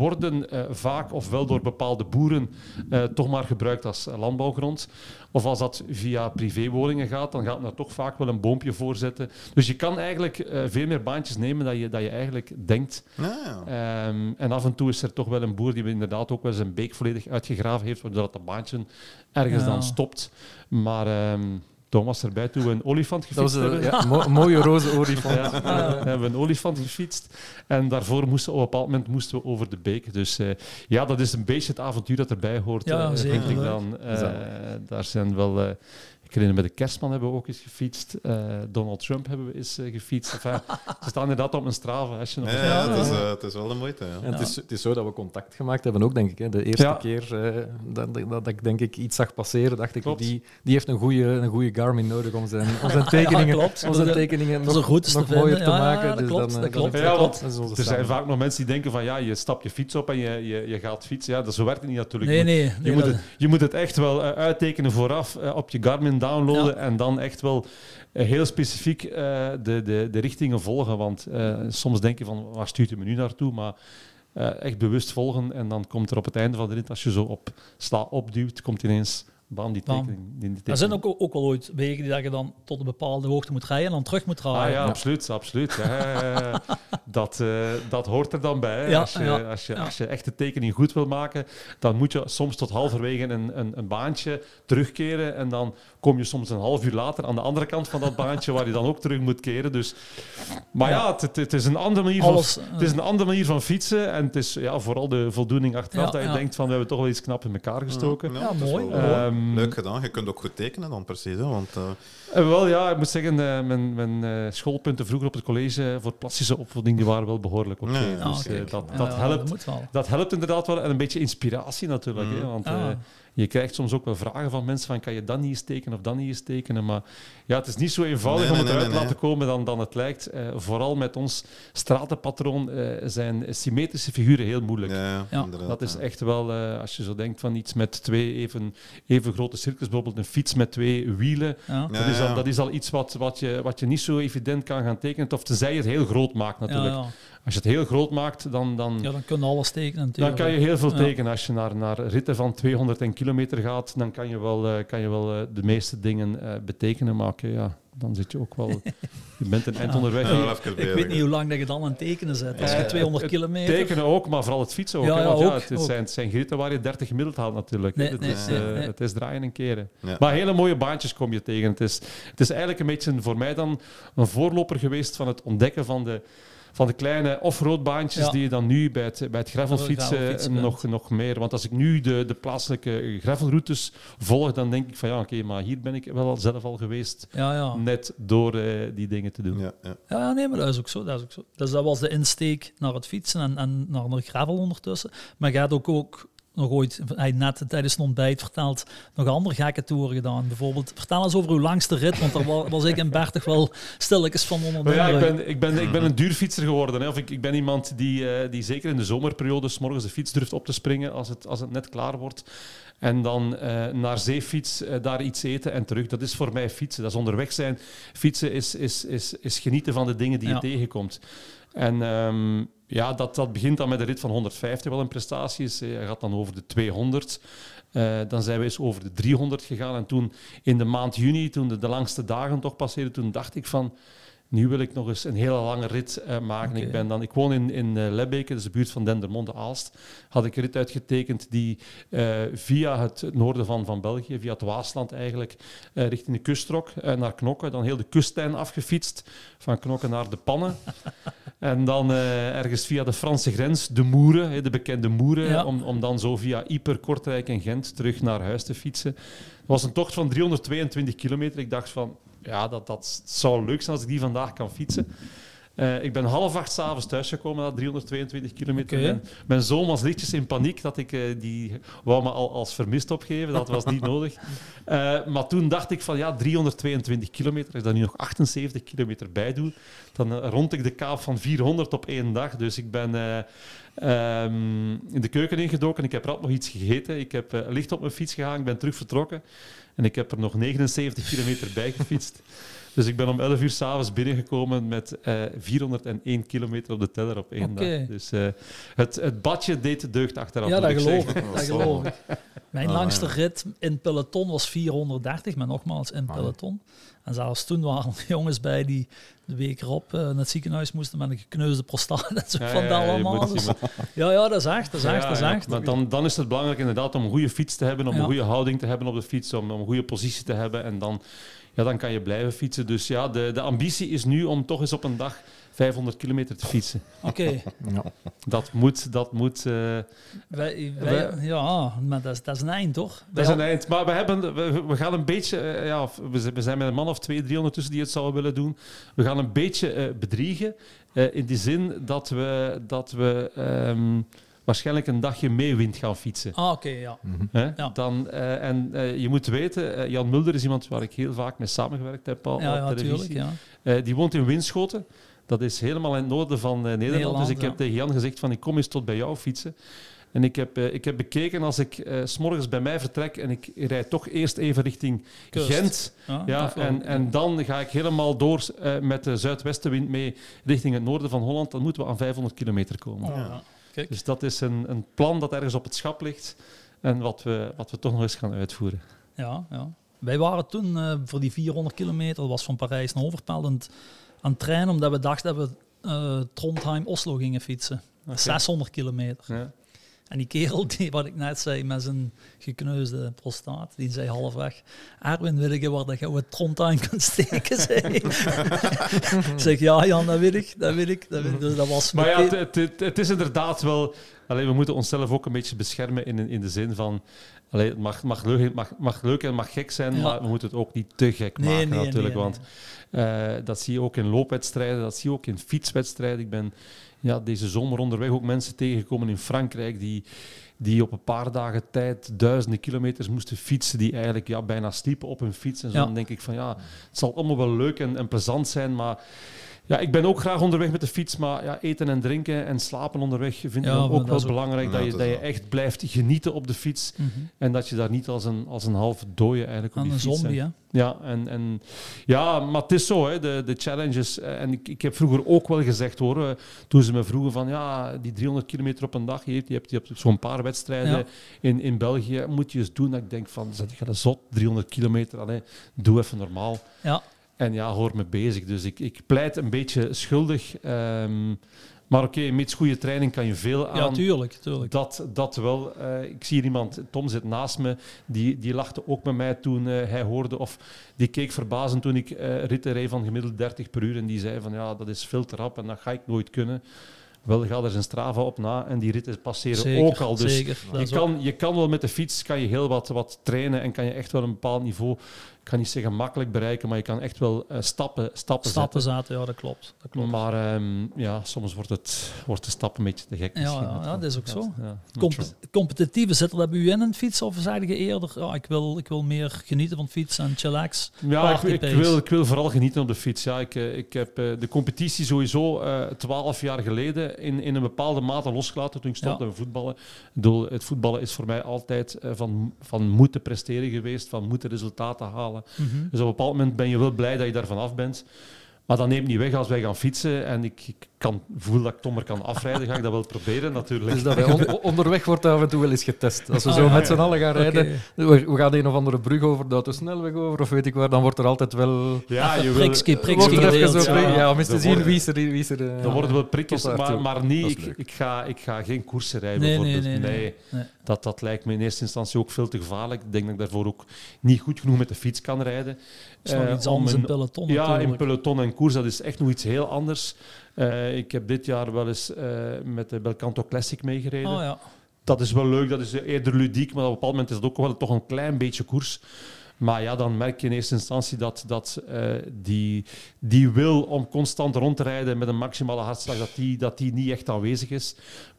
uh, vaak ofwel door bepaalde boeren uh, toch maar gebruikt als landbouwgrond. Of als dat via privéwoningen gaat, dan gaat men er toch vaak wel een boompje voor zetten. Dus je kan eigenlijk uh, veel meer baantjes nemen dan je, dat je eigenlijk denkt. Ja, ja. Um, en af en toe is er toch wel een boer die inderdaad ook wel zijn beek volledig uitgegraven heeft, waardoor dat baantje ergens ja. dan stopt. Maar... Um, Thomas erbij toen we een olifant gefietst dat was hebben. Ja, mo- mooie roze olifant. Ja, uh, hebben we een olifant gefietst. En daarvoor moesten we op een bepaald moment moesten we over de beek. Dus uh, ja, dat is een beetje het avontuur dat erbij hoort. Ja, uh, zeker. Ik dan, uh, daar zijn wel... Uh, ik herinner me, de Kerstman hebben we ook eens gefietst. Uh, Donald Trump hebben we eens uh, gefietst. Enfin, ze staan inderdaad op een Strava. Als je nog ja, ja, het, is, uh, het is wel de moeite. Ja. En het, is, het is zo dat we contact gemaakt hebben ook, denk ik. Hè. De eerste ja. keer uh, dat, dat, dat ik denk ik iets zag passeren, dacht ik, die, die heeft een goede een goede Garmin nodig om zijn, om zijn tekeningen, ja, klopt. Om zijn tekeningen nog, nog mooier te maken. Ja, dat dus klopt. Dan, dat klopt. Ja, want er zijn vaak nog mensen die denken van ja, je stapt je fiets op en je, je, je gaat fietsen. Ja, dat, zo werkt het niet natuurlijk. Nee, nee, je, nee, moet dat... het, je moet het echt wel uh, uittekenen vooraf, uh, op je Garmin downloaden ja. en dan echt wel uh, heel specifiek uh, de, de, de richtingen volgen. Want uh, soms denk je van waar stuurt de menu naartoe, maar uh, echt bewust volgen en dan komt er op het einde van de rit, als je zo op sla opduwt, komt ineens bam, die tekening. Die, die tekening. Er zijn ook, ook wel ooit wegen die dat je dan tot een bepaalde hoogte moet rijden en dan terug moet draaien. Ah ja, ja. absoluut. absoluut. Ja, dat, uh, dat hoort er dan bij. Ja, als, je, ja, als, je, ja. als je echt de tekening goed wil maken, dan moet je soms tot halverwege een, een, een baantje terugkeren en dan kom je soms een half uur later aan de andere kant van dat baantje waar je dan ook terug moet keren. Dus, maar ja, ja het, het, is een andere manier Alles, van, het is een andere manier van fietsen en het is ja, vooral de voldoening achteraf ja, dat je ja. denkt van we hebben toch wel iets knap in elkaar gestoken. Ja, ja, mooi. Wel, um, leuk gedaan. Je kunt ook goed tekenen dan precies. Hè, want, uh... Uh, wel ja, ik moet zeggen, uh, mijn, mijn uh, schoolpunten vroeger op het college voor plastische opvoeding die waren wel behoorlijk oké. Okay. Ja, ja. Dus uh, dat, ja, dat, ja, helpt, dat, dat helpt inderdaad wel en een beetje inspiratie natuurlijk. Mm. Hè, want uh, ah. je krijgt soms ook wel vragen van mensen van kan je dat niet eens tekenen of dat niet eens tekenen. Maar ja, het is niet zo eenvoudig nee, om het nee, eruit te nee, laten nee. komen dan, dan het lijkt. Uh, vooral met ons stratenpatroon uh, zijn symmetrische figuren heel moeilijk. Ja, ja. Dat is echt wel, uh, als je zo denkt van iets met twee even, even grote cirkels, bijvoorbeeld een fiets met twee wielen. Ja. Dat, is al, dat is al iets wat, wat, je, wat je niet zo evident kan gaan tekenen, of tenzij je het heel groot maakt natuurlijk. Ja, ja. Als je het heel groot maakt, dan... Dan, ja, dan kun je alles tekenen. Dan kan je heel veel tekenen. Ja. Als je naar, naar ritten van tweehonderd kilometer gaat, dan kan je wel, uh, kan je wel uh, de meeste dingen uh, betekenen. Maar okay, ja, dan zit je ook wel... Je bent een eind ja. onderweg. Ja, ik weet niet hoe lang dat je dan aan het tekenen zet. Als je tweehonderd kilometer... Tekenen ook, maar vooral het fietsen ook. Ja, hè, ja, want ook, ja, het, ook. Zijn, het zijn gritten waar je dertig gemiddeld haalt natuurlijk. Nee, het, nee, is, nee, uh, nee. het is draaien en keren. Ja. Maar hele mooie baantjes kom je tegen. Het is, het is eigenlijk een beetje voor mij dan een voorloper geweest van het ontdekken van de... Van de kleine off-road baantjes ja. die je dan nu bij het, bij het gravelfietsen nog, nog meer... Want als ik nu de, de plaatselijke gravelroutes volg, dan denk ik van ja, oké, okay, maar hier ben ik wel zelf al geweest. Ja, ja. Net door uh, die dingen te doen. Ja, ja. ja, nee, maar dat is ook zo. Dat is ook zo. Dus dat was de insteek naar het fietsen en, en naar de gravel ondertussen. Maar je gaat ook... ook nog ooit, hij net tijdens een ontbijt verteld, nog andere gekke toeren gedaan. Bijvoorbeeld, vertel eens over uw langste rit, want daar was, was ik en Bert toch wel stilletjes van onder de ja, ik ben, ik, ben, ik ben een duurfietser geworden. Hè. Of ik, ik ben iemand die, uh, die zeker in de zomerperiode 's morgens de fiets durft op te springen als het, als het net klaar wordt. En dan uh, naar zeefiets, uh, daar iets eten en terug. Dat is voor mij fietsen. Dat is onderweg zijn. Fietsen is, is, is, is genieten van de dingen die ja. je tegenkomt. En um, ja, dat, dat begint dan met een rit van honderdvijftig wel in prestaties. Je gaat dan over de tweehonderd. Uh, dan zijn we eens over de driehonderd gegaan. En toen in de maand juni, toen de, de langste dagen toch passeerden, toen dacht ik van... Nu wil ik nog eens een hele lange rit uh, maken. Okay. Ik, ben dan, ik woon in, in uh, Lebbeke, dat is de buurt van Dendermonde-Aalst. Had ik een rit uitgetekend die uh, via het noorden van, van België, via het Waasland eigenlijk, uh, richting de kust trok, uh, naar Knokke. Dan heel de kustlijn afgefietst, van Knokke naar de Pannen. En dan uh, ergens via de Franse grens, de Moeren, hè, de bekende Moeren, ja. om, om dan zo via Ieper, Kortrijk en Gent terug naar huis te fietsen. Het was een tocht van driehonderdtweeëntwintig kilometer. Ik dacht van... Ja, dat, dat zou leuk zijn als ik die vandaag kan fietsen. Uh, ik ben half acht 's avonds thuisgekomen na driehonderdtweeëntwintig kilometer. Okay. Mijn, mijn zoon was lichtjes in paniek dat ik uh, die wou me al als vermist opgeven. Dat was niet nodig. Uh, maar toen dacht ik van ja, driehonderdtweeëntwintig kilometer. Als ik daar nu nog achtenzeventig kilometer bij doe, dan uh, rond ik de kaap van vierhonderd op één dag. Dus ik ben uh, um, in de keuken ingedoken. Ik heb rap nog iets gegeten. Ik heb uh, licht op mijn fiets gegaan. Ik ben terug vertrokken. En ik heb er nog negenenzeventig kilometer bij gefietst. Dus ik ben om elf uur s'avonds binnengekomen met uh, vierhonderdéén kilometer op de teller op één okay. dag. Dus uh, het, het badje deed de deugd achteraf. Ja, dat geloof ik. Dat geloof ik. Mijn oh, langste man. rit in peloton was vierhonderddertig, maar nogmaals in peloton. En zelfs toen waren er jongens bij die de week erop uh, naar het ziekenhuis moesten met een gekneusde prostaat en zo ja, van dat ja, allemaal. Dus, ja, ja, dat is echt, dat is echt, ja, dat is echt. Ja, maar dan, dan is het belangrijk inderdaad om een goede fiets te hebben, om ja. een goede houding te hebben op de fiets, om, om een goede positie te hebben en dan, ja, dan kan je blijven fietsen. Dus ja, de, de ambitie is nu om toch eens op een dag vijfhonderd kilometer te fietsen. Oké. Okay. Ja. Dat moet... Dat moet uh, wij, wij, ja, maar dat is, dat is een eind, toch? Dat is een eind. Maar we, hebben, we, we gaan een beetje... Uh, ja, we zijn met een man of twee, drie ondertussen die het zouden willen doen. We gaan een beetje uh, bedriegen. Uh, in die zin dat we... Dat we um, waarschijnlijk een dagje mee wind gaan fietsen. Ah, oké, okay, ja. Mm-hmm. ja. Dan, uh, en uh, je moet weten, uh, Jan Mulder is iemand waar ik heel vaak mee samengewerkt heb al ja, op ja, televisie. Tuurlijk, ja. Uh, die woont in Winschoten. Dat is helemaal in het noorden van uh, Nederland. Nederland. Dus ik heb ja. tegen Jan gezegd van ik kom eens tot bij jou fietsen. En ik heb, uh, ik heb bekeken als ik uh, 's morgens bij mij vertrek en ik rijd toch eerst even richting Kust. Gent. Ja, ja, en, en dan ga ik helemaal door uh, met de zuidwestenwind mee richting het noorden van Holland. Dan moeten we aan vijfhonderd kilometer komen. Oh, ja. Kijk. Dus dat is een, een plan dat ergens op het schap ligt en wat we, wat we toch nog eens gaan uitvoeren. Ja, ja. Wij waren toen uh, voor die vierhonderd kilometer, dat was van Parijs naar Overpelt, aan het, aan het trainen, omdat we dachten dat we uh, Trondheim-Oslo gingen fietsen. Okay. zeshonderd kilometer. Ja. En die kerel, die, wat ik net zei, met zijn gekneusde prostaat, die zei halfweg, Erwin, weet ik waar dat je het Trondheim kunt steken, zei ik. Ik zeg, ja Jan, dat weet ik, dat weet ik. Dat weet ik. Dus dat was maar ja, het, het, het is inderdaad wel... Allee, we moeten onszelf ook een beetje beschermen in, in de zin van... Allee, het mag, mag, leuk, mag, mag leuk en mag gek zijn, ja. maar we moeten het ook niet te gek nee, maken nee, natuurlijk. Nee, want nee. Uh, dat zie je ook in loopwedstrijden, dat zie je ook in fietswedstrijden. Ik ben ja, deze zomer onderweg ook mensen tegengekomen in Frankrijk die, die op een paar dagen tijd duizenden kilometers moesten fietsen, die eigenlijk ja, bijna sliepen op hun fiets. En zo ja. Dan denk ik van ja, het zal allemaal wel leuk en, en plezant zijn, maar... Ja, ik ben ook graag onderweg met de fiets, maar ja, eten en drinken en slapen onderweg vind ik ja, dan ook wel ook... belangrijk. Ja, dat je, dat je echt blijft genieten op de fiets mm-hmm. en dat je daar niet als een, als een half dooie eigenlijk op aan die een fiets zombie, hè? Ja, en, en, ja, maar het is zo, hè, de, de challenges. En ik, ik heb vroeger ook wel gezegd, hoor, toen ze me vroegen van, ja, die driehonderd kilometer op een dag, je hebt, je hebt, je hebt zo'n paar wedstrijden ja. in, in België, moet je eens doen. Dat ik denk van, zet je dat zot, driehonderd kilometer, allee, doe even normaal. Ja. En ja, hoor me bezig. Dus ik, ik pleit een beetje schuldig. Um, maar oké, okay, met goede training kan je veel aan. Ja, tuurlijk. tuurlijk. Dat, dat wel. Uh, ik zie hier iemand, Tom zit naast me, die, die lachte ook met mij toen uh, hij hoorde, of die keek verbazend toen ik uh, ritten reed van gemiddeld dertig per uur. En die zei van, ja, dat is veel te rap en dat ga ik nooit kunnen. Wel, ga er zijn Strava op na en die ritten passeren zeker, ook al. Dus zeker, je, kan, je kan wel met de fiets kan je heel wat, wat trainen en kan je echt wel een bepaald niveau, ik kan niet zeggen makkelijk bereiken, maar je kan echt wel uh, stappen, stappen, stappen zetten. zetten. Ja, dat klopt. Dat klopt. Maar um, ja, soms wordt, het, wordt de stap een beetje te gek. Ja, ja, ja, dat is ook zo. Ja, Comp- competitieve zit er dat bij u in een fiets of zei je eerder, ja, ik, wil, ik wil meer genieten van fietsen en chillax? Ja, ik, ik, wil, ik wil vooral genieten op de fiets. Ja, ik, ik heb uh, de competitie sowieso twaalf uh, jaar geleden in, in een bepaalde mate losgelaten toen ik stopte ja. met voetballen. Bedoel, het voetballen is voor mij altijd uh, van, van moeten presteren geweest, van moeten resultaten halen. Mm-hmm. Dus op een bepaald moment ben je wel blij dat je daarvan af bent. Maar dat neemt niet weg als wij gaan fietsen en ik, ik kan, voel dat ik Tom er kan afrijden, ga ik dat wel proberen natuurlijk. Dus dat wij on- onderweg wordt af en toe wel eens getest. Als we ah, zo ja, met z'n allen gaan rijden, okay. we, we gaan een of andere brug over, de autosnelweg over of weet ik waar, dan wordt er altijd wel... Ja, je wil... Prikske, prikske gedeeld. Ja, ja, ja, om eens te zien wie is er... Wie is er uh, er worden wel prikjes, maar, maar niet, ik, ik, ga, ik ga geen koersen rijden nee, bijvoorbeeld. Nee, nee, nee, nee. Dat, dat lijkt me in eerste instantie ook veel te gevaarlijk. Ik denk dat ik daarvoor ook niet goed genoeg met de fiets kan rijden. Dat is nog uh, iets anders in peloton. Ja, natuurlijk. in peloton en koers, dat is echt nog iets heel anders. Uh, ik heb dit jaar wel eens uh, met de Belcanto Classic meegereden. Oh, ja. Dat is wel leuk, dat is eerder ludiek, maar op een bepaald moment is het ook wel toch een klein beetje koers. Maar ja, dan merk je in eerste instantie dat, dat uh, die, die wil om constant rond te rijden met een maximale hartslag, dat die, dat die niet echt aanwezig is.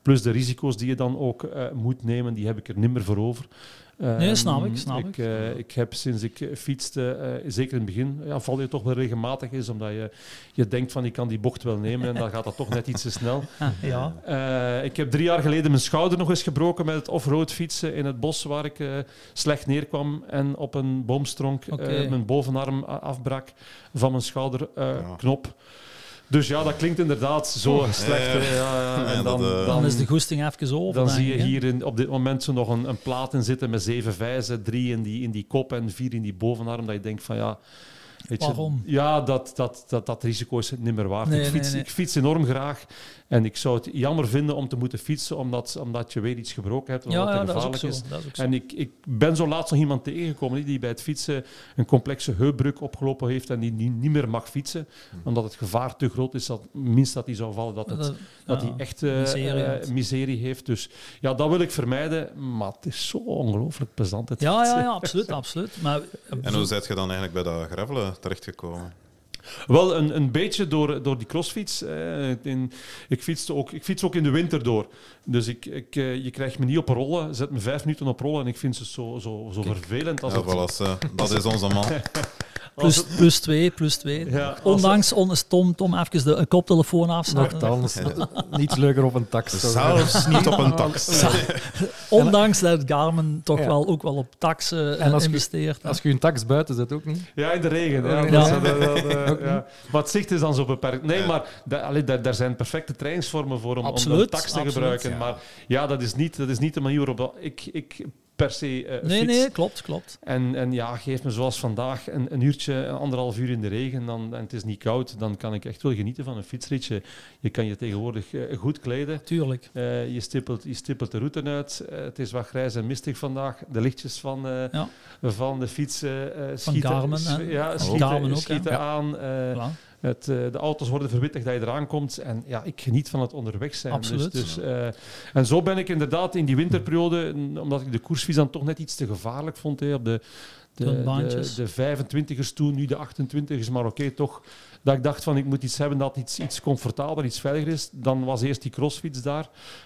Plus de risico's die je dan ook uh, moet nemen, die heb ik er niet meer voor over. Uh, nee, snap ik. Snap ik, uh, ik heb sinds ik fietste, uh, zeker in het begin, ja, val je toch wel regelmatig eens, omdat je, je denkt van ik kan die bocht wel nemen en dan gaat dat toch net iets te snel. Ja. Uh, ik heb drie jaar geleden mijn schouder nog eens gebroken met het off-road fietsen in het bos waar ik uh, slecht neerkwam en op een boomstronk okay. uh, mijn bovenarm afbrak van mijn schouderknop. Uh, ja. Dus ja, dat klinkt inderdaad zo oh, slecht. Ja, ja, ja. En dan, dan, dan is de goesting even over. Dan zie je hier in, op dit moment zo nog een, een plaat in zitten met zeven vijzen, drie in die, in die kop en vier in die bovenarm. Dat je denkt van ja... Weet Waarom? Je, ja, dat, dat, dat, dat risico is niet meer waard. Nee, ik, fiets, nee, nee. ik fiets enorm graag. En ik zou het jammer vinden om te moeten fietsen, omdat, omdat je weer iets gebroken hebt, omdat ja, het ja, gevaarlijk dat is. is. Dat is ook zo. En ik, ik ben zo laatst nog iemand tegengekomen die bij het fietsen een complexe heupbreuk opgelopen heeft en die niet, niet meer mag fietsen, omdat het gevaar te groot is, dat minst dat hij zou vallen, dat, het, dat, dat ja, hij echt uh, miserie, uh, miserie heeft. Dus ja, dat wil ik vermijden, maar het is zo ongelooflijk plezant. Het ja, ja, ja, absoluut. absoluut. Maar, en hoe zijt je dan eigenlijk bij dat gravelen terechtgekomen? Wel, een, een beetje door, door die crossfiets. Eh, in, ik, fietste ook, ik fiets ook in de winter door. Dus ik, ik, je krijgt me niet op rollen. Zet me vijf minuten op rollen en ik vind het zo, zo, zo vervelend. Als ja, het... voilà, uh, dat is onze man. Plus, plus twee, plus twee. Ja, Ondanks ons Tom, Tom even de koptelefoon afzetten. Nochtans, niets leuker op een tax. Zelfs niet op een tax. Ondanks dat Garmin toch ja. wel ook wel op tax uh, en als investeert. Je, als je een tax buiten zet, ook niet? Ja, in de regen. Ja, ja. Dat, ja. Dat, dat, dat, ja. Maar het zicht is dan zo beperkt. Nee, ja. maar da, allee, daar, daar zijn perfecte trainingsvormen voor om, absoluut, om een tax te absoluut, gebruiken. Ja. Maar ja, dat is niet, dat is niet de manier waarop ik... ik per se uh, nee, fiets. nee, klopt, klopt. En, en ja, geef me zoals vandaag een, een uurtje, een anderhalf uur in de regen dan, en het is niet koud, dan kan ik echt wel genieten van een fietsritje. Je kan je tegenwoordig uh, goed kleden. Tuurlijk. Uh, je, stippelt, je stippelt de route uit. Uh, het is wat grijs en mistig vandaag. De lichtjes van, uh, ja. van de fiets uh, schieten, Garmin, sch- ja, schieten, Garmin ook, schieten ja. aan. Uh, Het, uh, de auto's worden verwittigd dat je eraan komt. En ja, ik geniet van het onderweg zijn. Absoluut. Dus, dus, uh, en zo ben ik inderdaad in die winterperiode, omdat ik de koersfiets dan toch net iets te gevaarlijk vond. Hè, op de, de, de, de vijfentwintigers toen, nu de achtentwintigers. Maar oké, okay, toch dat ik dacht van ik moet iets hebben dat iets, iets comfortabeler, iets veiliger is. Dan was eerst die crossfiets daar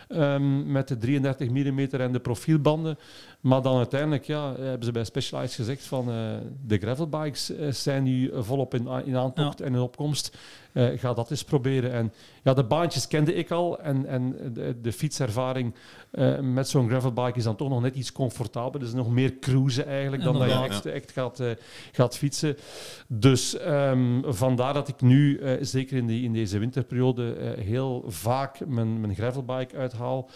um, met de drieëndertig millimeter en de profielbanden. Maar dan uiteindelijk ja, hebben ze bij Specialized gezegd van uh, de gravelbikes uh, zijn nu volop in, in aantocht ja. en in opkomst. Uh, ga dat eens proberen. En ja, de baantjes kende ik al en, en de, de fietservaring uh, met zo'n gravelbike is dan toch nog net iets comfortabeler. Dus nog meer cruisen eigenlijk dan dat je echt, echt gaat, uh, gaat fietsen. Dus um, vandaar dat ik nu, uh, zeker in, die, in deze winterperiode, uh, heel vaak mijn, mijn gravelbike uithaal.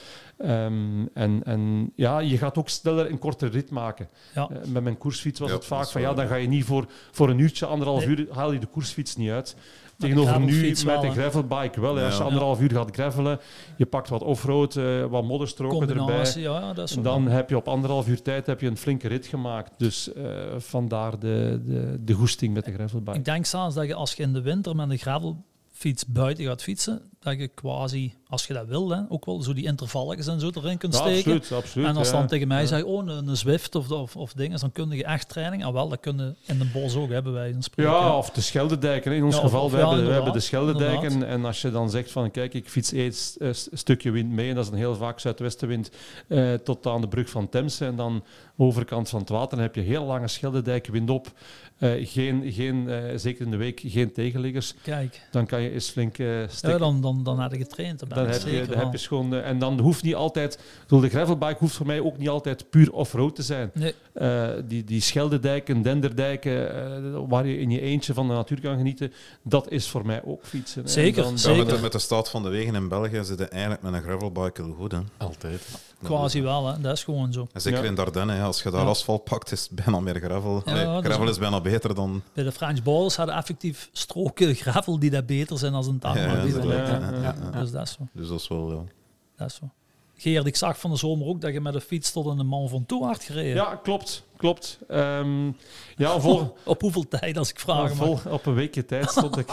Um, en, en ja, je gaat ook sneller een kortere rit maken. Ja. Uh, met mijn koersfiets was ja, het vaak van ja, dan ga je niet voor, voor een uurtje, anderhalf nee. uur, haal je de koersfiets niet uit. Tegenover nu met wel, de gravelbike wel. Ja. Als je anderhalf uur gaat gravelen, je pakt wat offroad, uh, wat modderstroken erbij. Ja, dat is en dan heb je op anderhalf uur tijd heb je een flinke rit gemaakt. Dus uh, vandaar de, de, de goesting met de gravelbike. Ik denk zelfs dat je als je in de winter met een gravelfiets buiten gaat fietsen, dat je quasi, als je dat wil, hè, ook wel zo die intervalletjes en zo erin kunt ja, steken. Absoluut, absoluut, en als ja. dan tegen mij ja. zegt, oh, een, een Zwift of, of, of dingen, dan kun je echt training. Ah, wel, dat kunnen in de bos ook hebben wij een spreken. Ja, of de Scheldedijken. In ons ja, geval, of, we, ja, hebben, we hebben de Scheldedijken. Inderdaad. En als je dan zegt van, kijk, ik fiets een uh, stukje wind mee, en dat is een heel vaak zuidwestenwind, uh, tot aan de brug van Temse, en dan overkant van het water, dan heb je heel lange Scheldedijk, wind op. Uh, geen, geen, uh, zeker in de week, geen tegenliggers. Kijk. Dan kan je eens flink uh, stikken. Ja, dan, dan, dan had ik getraind. Dan, dan heb je, dan heb je schoon, uh, en dan hoeft niet altijd... De gravelbike hoeft voor mij ook niet altijd puur off-road te zijn. Nee. Uh, die, die Scheldedijken, Denderdijken, uh, waar je in je eentje van de natuur kan genieten, dat is voor mij ook fietsen. Zeker, dan, zeker. Ja, met, de, met de staat van de wegen in België zitten eigenlijk met een gravelbike heel goed. Hè? Altijd. Quasi wel, hè. Dat is gewoon zo. En zeker ja. in Dardenne, hè. Als je daar ja. asfalt pakt, is het bijna meer gravel. Ja, nee, gravel is, is bijna beter dan... Bij de French Bowls hadden effectief stroken gravel die dat beter zijn dan een tarmac. Ja, ja, ja, ja, ja, ja. Dus dat is zo. Dus dat is wel, ja. Dat is zo. Geert, ik zag van de zomer ook dat je met de fiets tot een Man van Toe had gereden. Ja, klopt. klopt. Um, ja, vol... Op hoeveel tijd, als ik vraag? Vol, op een weekje tijd stond ik...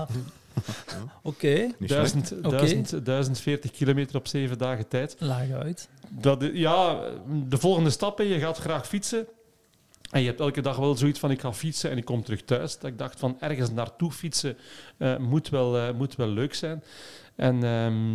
Oké. Okay. duizend veertig kilometer op zeven dagen tijd. Laag uit. Dat, ja, de volgende stappen, je gaat graag fietsen. En je hebt elke dag wel zoiets van, ik ga fietsen en ik kom terug thuis. Dat ik dacht van, ergens naartoe fietsen uh, moet, wel, uh, moet wel leuk zijn. En um,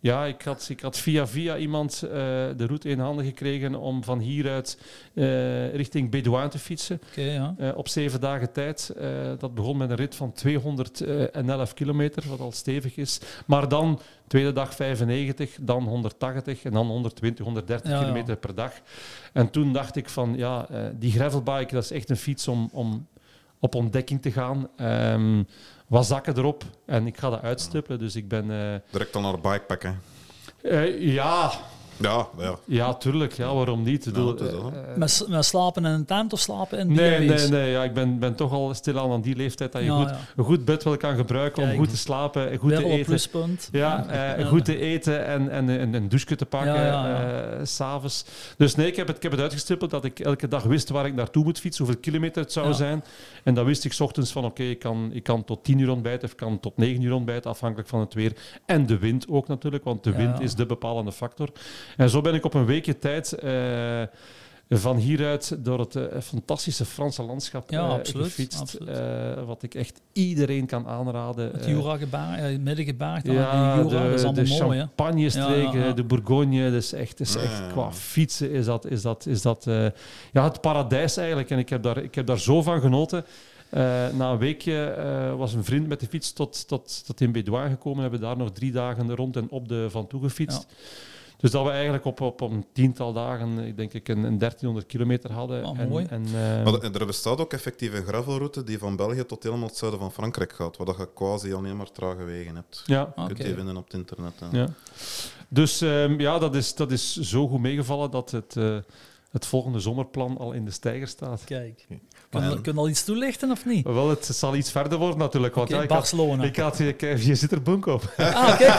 Ja, ik had, ik had via via iemand uh, de route in handen gekregen om van hieruit uh, richting Bédouin te fietsen. Okay, ja. uh, op zeven dagen tijd. Uh, dat begon met een rit van tweehonderdelf kilometer, wat al stevig is. Maar dan, tweede dag vijfennegentig, dan honderdtachtig en dan honderdtwintig, honderddertig ja, kilometer ja. per dag. En toen dacht ik van, ja, uh, die gravelbike, dat is echt een fiets om, om op ontdekking te gaan. Um, wat zakken erop en ik ga dat uitstippelen. Dus ik ben... Uh, Direct dan naar de bikepacken. Uh, ja... Ja, ja. ja, tuurlijk. Ja, waarom niet? Ja, Doe, uh, uh, met, met slapen in een tent of slapen in nee, nee, nee. Ja, ik ben, ben toch al stilaan aan die leeftijd dat je ja, goed, ja. een goed bed wel kan gebruiken Kijk, om goed te slapen en goed te eten. Pluspunt. Ja, uh, ja, goed te eten en, en, en een douche te pakken ja, ja, ja. Uh, s'avonds. Dus nee, ik heb, het, ik heb het uitgestippeld dat ik elke dag wist waar ik naartoe moet fietsen, hoeveel kilometer het zou ja. zijn. En dan wist ik 's ochtends van oké, okay, ik, kan, ik kan tot tien uur ontbijten of ik kan tot negen uur ontbijten, afhankelijk van het weer. En de wind ook natuurlijk, want de wind ja. is de bepalende factor. En zo ben ik op een weekje tijd uh, van hieruit door het uh, fantastische Franse landschap ja, uh, absoluut, gefietst. Absoluut. Uh, wat ik echt iedereen kan aanraden. Het Jura-gebergte, het middengebergte, ja, de, Jura, de, dat is allemaal de mooi. De Champagne-streken, ja, ja, ja. de Bourgogne. Dus echt, is echt, ja. qua fietsen is dat, is dat, is dat uh, ja, het paradijs eigenlijk. En ik heb daar, ik heb daar zo van genoten. Uh, na een weekje uh, was een vriend met de fiets tot, tot, tot in Bédouin gekomen. We hebben daar nog drie dagen rond en op de Van Toe gefietst. Ja. Dus dat we eigenlijk op, op een tiental dagen, ik denk ik, een, een dertienhonderd kilometer hadden. Oh, en, mooi. En, uh, maar er bestaat ook effectief een gravelroute die van België tot helemaal het zuiden van Frankrijk gaat, waar je quasi alleen maar trage wegen hebt. Ja. Je kunt Okay. die vinden op het internet. Ja. Dus um, ja, dat is, dat is zo goed meegevallen dat het... Uh, het volgende zomerplan al in de steiger staat. Kijk. Kun je, kun je al iets toelichten of niet? Wel, het zal iets verder worden natuurlijk. Want okay, ja, ik Barcelona. Had, ik had, ik, je zit er bunk op. Ah, kijk.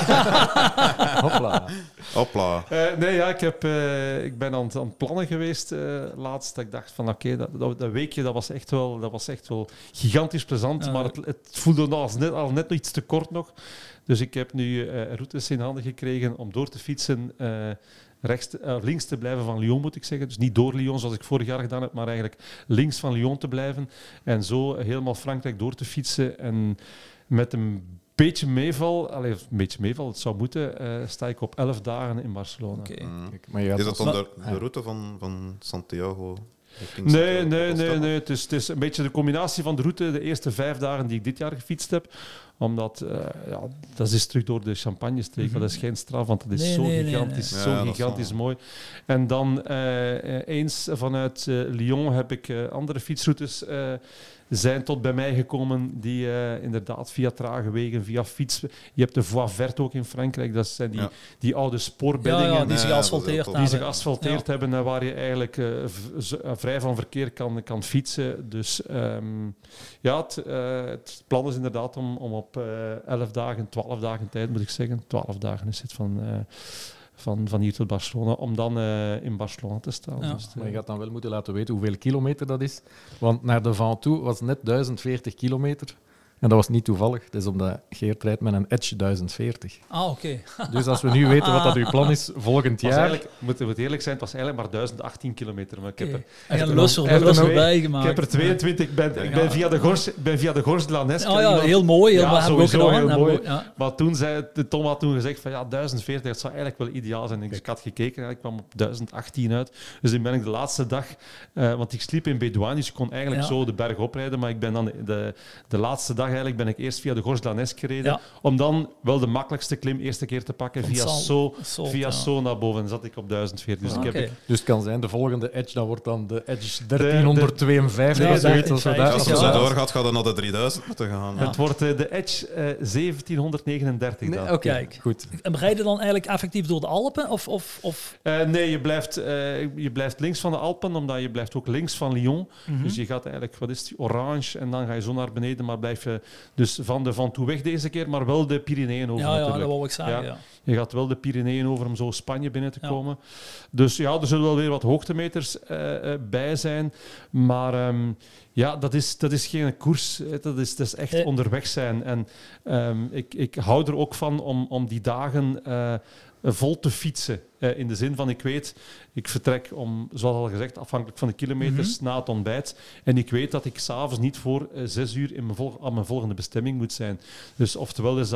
Hopla. Hopla. Uh, nee, ja, ik, heb, uh, ik ben aan het, aan het plannen geweest uh, laatst. Dat ik dacht van oké, okay, dat, dat, dat weekje dat was, echt wel, dat was echt wel gigantisch plezant. Uh, maar het, het voelde nog als net, al net nog iets te kort nog. Dus ik heb nu uh, routes in handen gekregen om door te fietsen... Uh, Rechts, uh, links te blijven van Lyon, moet ik zeggen. Dus niet door Lyon, zoals ik vorig jaar gedaan heb, maar eigenlijk links van Lyon te blijven. En zo helemaal Frankrijk door te fietsen. En met een beetje meeval, allez, een beetje meeval, het zou moeten, uh, sta ik op elf dagen in Barcelona. Okay. Mm. Kijk, maar je had is dat dan de, de route van, van Santiago? Nee, nee, nee, nee. Het is, het is een beetje de combinatie van de route, de eerste vijf dagen die ik dit jaar gefietst heb. Omdat, uh, ja, dat is terug door de Champagne-streek. Mm-hmm. Dat is geen straf, want dat is nee, zo nee, gigantisch, nee, nee. zo ja, gigantisch mooi. En dan uh, eens vanuit uh, Lyon heb ik uh, andere fietsroutes uh, zijn tot bij mij gekomen die uh, inderdaad via trage wegen, via fiets... Je hebt de Voie Verte ook in Frankrijk. Dat zijn die, ja. die oude spoorbeddingen. Ja, ja, die zich geasfalteerd Die zich geasfalteerd ja. hebben en waar je eigenlijk uh, v- vrij van verkeer kan, kan fietsen. Dus um, ja, het, uh, het plan is inderdaad om, om op uh, elf dagen, twaalf dagen tijd moet ik zeggen. twaalf dagen is het van... Uh, Van, van hier tot Barcelona, om dan uh, in Barcelona te staan. Ja. Dus, uh, maar je gaat dan wel moeten laten weten hoeveel kilometer dat is. Want naar de Van Toe was net duizend veertig kilometer. En dat was niet toevallig. Dat is omdat Geert rijdt met een Edge duizend veertig. Ah, oké. Okay. Dus als we nu weten wat dat uw plan is volgend jaar... Eigenlijk, moet, moet eerlijk zijn, het was eigenlijk maar duizend achttien kilometer. Maar ik heb okay. er, en een lus erbij gemaakt. Ik heb er tweeëntwintig. Ik ben, ja. ik ben via de Gors, ben via de Gors de la Nes. Oh ja, heel mooi. Heel ja, sowieso heel mooi. Ook, ja. Maar toen zei Tom had toen gezegd van ja, duizend veertig, dat zou eigenlijk wel ideaal zijn. Dus ik had gekeken en ik kwam op duizend achttien uit. Dus dan ben ik de laatste dag... Uh, want ik sliep in Bédouin, dus ik kon eigenlijk ja. zo de berg oprijden. Maar ik ben dan de, de, de laatste dag eigenlijk ben ik eerst via de Gors de la Nes gereden. Ja. Om dan wel de makkelijkste klim eerste keer te pakken. Via Sal, So, Salt, via ja. So naar boven. Dan zat ik op duizend veertig. Dus, ah, ik heb okay. ik... dus het kan zijn, de volgende Edge, dan wordt dan de Edge dertienhonderdtweeënvijftig. Ja, zoiets als als als je zo doorgaat, gaat het naar de drieduizend moeten gaan. Ja. Het wordt uh, de Edge uh, zeventienhonderdnegenendertig. Nee, Oké, okay. Goed. En rijd je dan eigenlijk effectief door de Alpen? Of, of, of? Uh, nee, je blijft, uh, je blijft links van de Alpen, omdat je blijft ook links van Lyon. Mm-hmm. Dus je gaat eigenlijk, wat is het, Orange, en dan ga je zo naar beneden, maar blijf je dus van de Van Toe weg deze keer, maar wel de Pyreneeën over. Ja, natuurlijk. ja, dat wil ik zeggen. Ja. Ja. Je gaat wel de Pyreneeën over om zo Spanje binnen te komen. Ja. Dus ja, er zullen wel weer wat hoogtemeters uh, uh, bij zijn. Maar um, ja, dat is, dat is geen koers. Dat is, dat is echt eh. onderweg zijn. En um, ik, ik hou er ook van om, om die dagen uh, vol te fietsen. Uh, in de zin van, ik weet, ik vertrek om, zoals al gezegd, afhankelijk van de kilometers mm-hmm. na het ontbijt. En ik weet dat ik s'avonds niet voor uh, zes uur in mijn vol- aan mijn volgende bestemming moet zijn. Dus oftewel is dat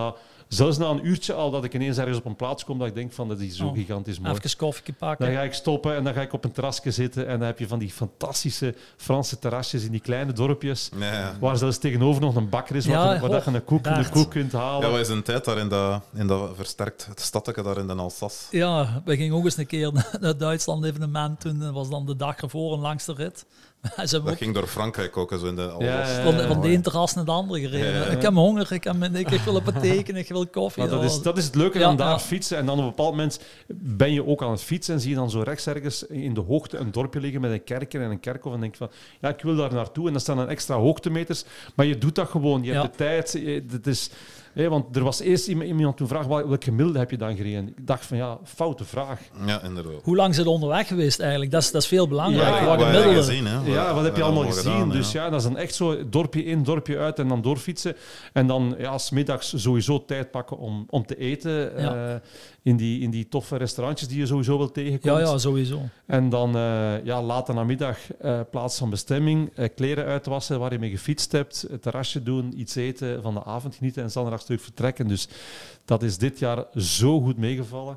zelfs na een uurtje al dat ik ineens ergens op een plaats kom dat ik denk van dat is zo oh, gigantisch mooi. Even koffie pakken. Dan ga ik stoppen en dan ga ik op een terrasje zitten en dan heb je van die fantastische Franse terrasjes in die kleine dorpjes, ja, ja. waar zelfs tegenover nog een bakker is, ja, waar, waar oh, je een koek, een koek kunt halen. Ja, wat is een tijd daar in dat, in dat versterkt het stadje daar in de Alsace? Ja, we gingen ook eens een keer naar Duitsland evenement toen. Dat was dan de dag ervoor een langste rit. Dat ook... ging door Frankrijk ook. Zo in de ja, ja, ja, ja. Van de ene terras naar de andere gereden. Ja, ja, ja. Ik heb honger, ik, heb, ik, ik wil een patek, ik wil koffie. Dat is, dat is het leuke ja, aan daar ja. fietsen. En dan op een bepaald moment ben je ook aan het fietsen en zie je dan zo rechts ergens in de hoogte een dorpje liggen met een kerkje en een kerkhof en denk van, ja, ik wil daar naartoe. En dan staan dan extra hoogtemeters. Maar je doet dat gewoon. Je hebt ja. de tijd. Het is... Hey, want er was eerst iemand toen vraag, welk gemiddelde heb je dan gereden? Ik dacht van ja, foute vraag. Ja, inderdaad. Hoe lang zit je onderweg geweest eigenlijk? Dat is, dat is veel belangrijker. Ja, wat, wat, wat, gezien, hè? Ja, wat, wat heb je allemaal gezien? Gedaan, dus ja. ja, dat is dan echt zo dorpje in, dorpje uit en dan doorfietsen. En dan ja, 's middags sowieso tijd pakken om, om te eten ja. uh, in, die, in die toffe restaurantjes die je sowieso wel tegenkomt. Ja, ja, sowieso. En dan uh, ja, later namiddag uh, plaats van bestemming, uh, kleren uitwassen waar je mee gefietst hebt, het terrasje doen, iets eten, van de avond genieten en zondag terug vertrekken. Dus dat is dit jaar zo goed meegevallen.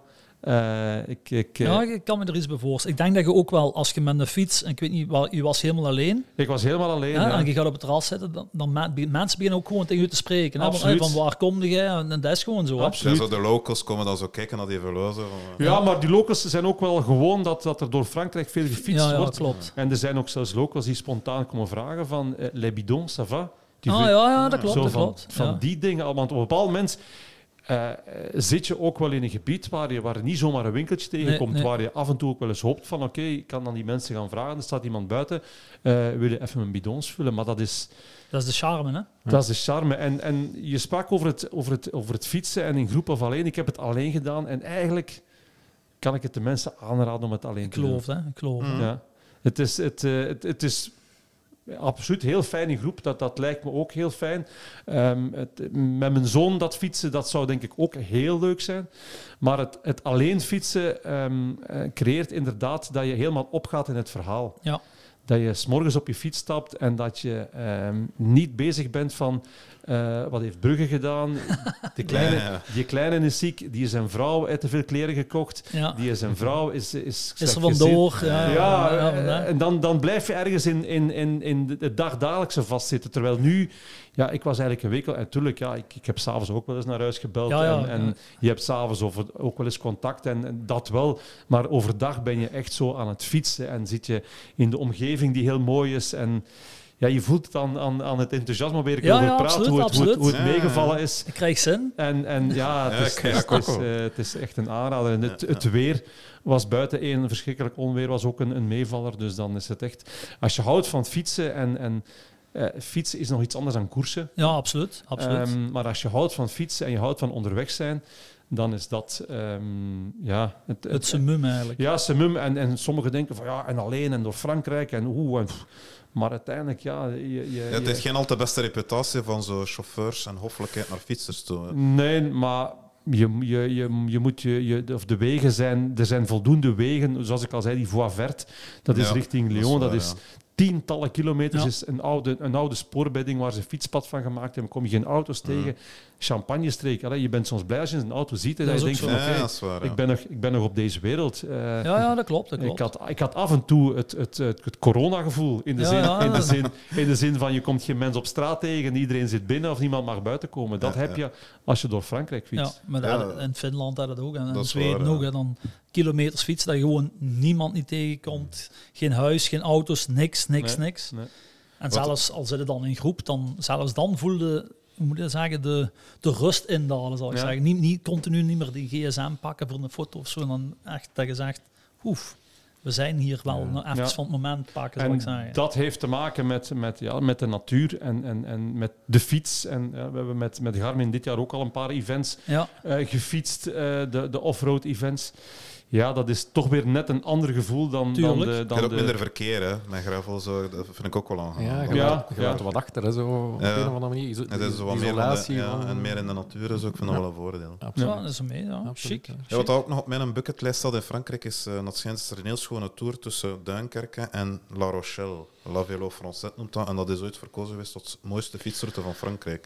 Uh, ik, ik, ja, ik kan me er iets bij voorstellen. Ik denk dat je ook wel, als je met een fiets, en ik weet niet, wel, je was helemaal alleen. Ik was helemaal alleen, ja, ja. En je gaat op het terras zitten, dan, dan mensen beginnen ook gewoon tegen je te spreken. Hè? Van, van waar kom je? En, en dat is gewoon zo. Absoluut. Ja, zo de locals komen dan zo kijken naar die verlozen. Ja, ja, maar die locals zijn ook wel gewoon dat, dat er door Frankrijk veel gefietst ja, ja, wordt. Klopt. En er zijn ook zelfs locals die spontaan komen vragen van uh, les bidons, ça va? Die ah, ja, ja, dat klopt. Zo dat van, klopt. Van ja. die dingen. Want op een bepaald moment uh, zit je ook wel in een gebied waar je waar niet zomaar een winkeltje tegenkomt, nee, nee. waar je af en toe ook wel eens hoopt van oké, okay, ik kan dan die mensen gaan vragen. Er staat iemand buiten, uh, wil je even mijn bidons vullen? Maar dat is... Dat is de charme, hè? Dat is de charme. En, en je sprak over het, over, het, over het fietsen en in groep of alleen. Ik heb het alleen gedaan en eigenlijk kan ik het de mensen aanraden om het alleen ik te doen. Geloof, hè? Ik geloof, mm. ja. Het is... Het, uh, het, het is absoluut heel fijn in groep, dat, dat lijkt me ook heel fijn. Um, het, met mijn zoon dat fietsen, dat zou denk ik ook heel leuk zijn. Maar het, het alleen fietsen um, uh, creëert inderdaad dat je helemaal opgaat in het verhaal. Ja. Dat je 's morgens op je fiets stapt en dat je um, niet bezig bent van uh, wat heeft Brugge gedaan. Die kleine, ja, ja. die kleine is ziek, die zijn vrouw heeft te veel kleren gekocht. Ja. Die zijn vrouw is is, is er vandoor. Ja, ja, ja, ja, en dan, dan blijf je ergens in, in, in, in het dagdagelijkse vastzitten. Terwijl nu, ja, ik was eigenlijk een week al... En natuurlijk, ja, ik, ik heb s'avonds ook wel eens naar huis gebeld. Ja, ja, en, en ja. je hebt s'avonds ook wel eens contact en, en dat wel. Maar overdag ben je echt zo aan het fietsen en zit je in de omgeving die heel mooi is en... Ja, je voelt het aan, aan, aan het enthousiasme waar ik ja, over ja, praat, absoluut, hoe het, hoe het, hoe het ja, meegevallen is. Ik krijg zin. En, en ja, het is, ja, het, is, het, is, uh, het is echt een aanrader. En het, het weer was buiten één verschrikkelijk onweer, was ook een, een meevaller. Dus dan is het echt... Als je houdt van fietsen en... en uh, fietsen is nog iets anders dan koersen. Ja, absoluut. absoluut. Um, maar als je houdt van fietsen en je houdt van onderweg zijn... dan is dat um, ja, het, het, het summum eigenlijk. Ja, summum. En, en sommigen denken van ja, en alleen en door Frankrijk en hoe... En, maar uiteindelijk, ja... Je, je, ja het heeft je... geen al te beste reputatie van zo chauffeurs en hoffelijkheid naar fietsers toe. Nee, maar je, je, je, je moet je, je... Of de wegen zijn... Er zijn voldoende wegen, zoals ik al zei, die Voie Verte. Dat is ja, richting Lyon, dat is... Waar, dat is ja. Tientallen kilometers ja. is een oude, een oude spoorbedding waar ze een fietspad van gemaakt hebben. Kom je geen auto's mm. tegen. Champagnestreek. Allee, je bent soms blij als je een auto ziet. En dat, dat je denkt van, oké, okay, ja, ik, ben nog, ik ben nog op deze wereld. Uh, ja, ja, dat klopt. Dat klopt. Ik, had, ik had af en toe het, het, het, het corona-gevoel. In de, ja, zin, ja. In, de zin, in de zin van, je komt geen mens op straat tegen. Iedereen zit binnen of niemand mag buiten komen. Dat ja, heb ja. je als je door Frankrijk fietst. Ja, maar dat, in Finland had het ook. En in Zweden ook. En dan kilometers fietsen dat je gewoon niemand niet tegenkomt. Geen huis, geen auto's, niks, niks, nee, niks. Nee. En Wat? zelfs al zit het dan in groep, dan, zelfs dan voelde, hoe moet je zeggen, de, de rust indalen, zal ik ja. zeggen. Niet, niet continu niet meer die gsm pakken voor een foto of zo. En dan echt dat je zegt, oef, we zijn hier wel ja. even ja. van het moment pakken, zal en ik zeggen. Dat heeft te maken met, met, ja, met de natuur en, en, en met de fiets. En ja, we hebben met, met Garmin dit jaar ook al een paar events ja. uh, gefietst, uh, de, de off-road events. Ja, dat is toch weer net een ander gevoel dan, dan de... Dan je hebt ook de... minder verkeer, hè, met gravel. Zo, dat vind ik ook wel aangenaam. Ja, je ja, laat, je ja. laat wat achter, hè, zo, op ja. een of andere manier. Zo, het is zo wat meer de, ja, van... en meer in de natuur, dus ik vind ja. dat wel een voordeel. Absoluut. Ja, dat is mee, ja. Chic. Ja, wat ook nog op mijn bucketlijst staat in Frankrijk is, uh, dat schijnt er een heel schone tour tussen Duinkerke en La Rochelle. La Vélo Française noemt dat. En dat is ooit verkozen geweest tot de mooiste fietsroute van Frankrijk.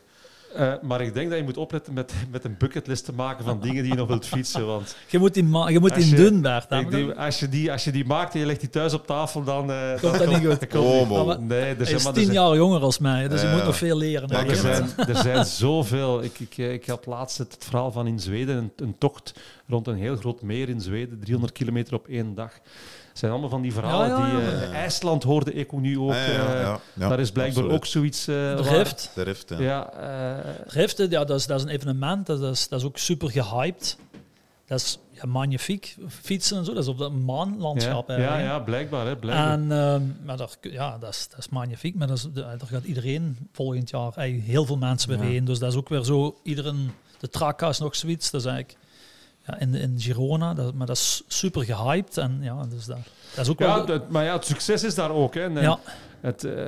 Uh, maar ik denk dat je moet opletten met, met een bucketlist te maken van dingen die je nog wilt fietsen. Want je moet die, ma- je moet die doen, Bert. Die, als, je die, als je die maakt en je legt die thuis op tafel, dan... Uh, komt dat niet goed. Oh, oh. Nee, er hij is maar, tien zijn... jaar jonger als mij, dus uh, je moet nog veel leren. Ja, er, zijn, er zijn zoveel. Ik, ik, ik had laatst het verhaal van in Zweden, een, een tocht rond een heel groot meer in Zweden, driehonderd kilometer op één dag. Het zijn allemaal van die verhalen ja, ja, ja. die... Uh, IJsland hoorde ik nu ook. Ja, ja, ja, ja. Uh, daar is blijkbaar absoluut. Ook zoiets... Uh, de Rift. De Rift, ja. ja uh, Rift, ja, dat is, dat is een evenement. Dat is, dat is ook super gehyped. Dat is ja, magnifiek. Fietsen en zo. Dat is op dat maanlandschap. Ja, ja, ja, blijkbaar. Hè, blijkbaar. En, uh, maar daar, ja, dat is, dat is magnifiek. Maar dat is, daar gaat iedereen volgend jaar... Hey, heel veel mensen weer ja. heen. Dus dat is ook weer zo... Iedereen... De Traka is nog zoiets. Dat is eigenlijk... Ja, in, in Girona, dat, maar dat is super gehyped. En ja, dus dat, dat is ook ja, wel... De... Het, maar ja, het succes is daar ook. Hè. En ja. het, uh,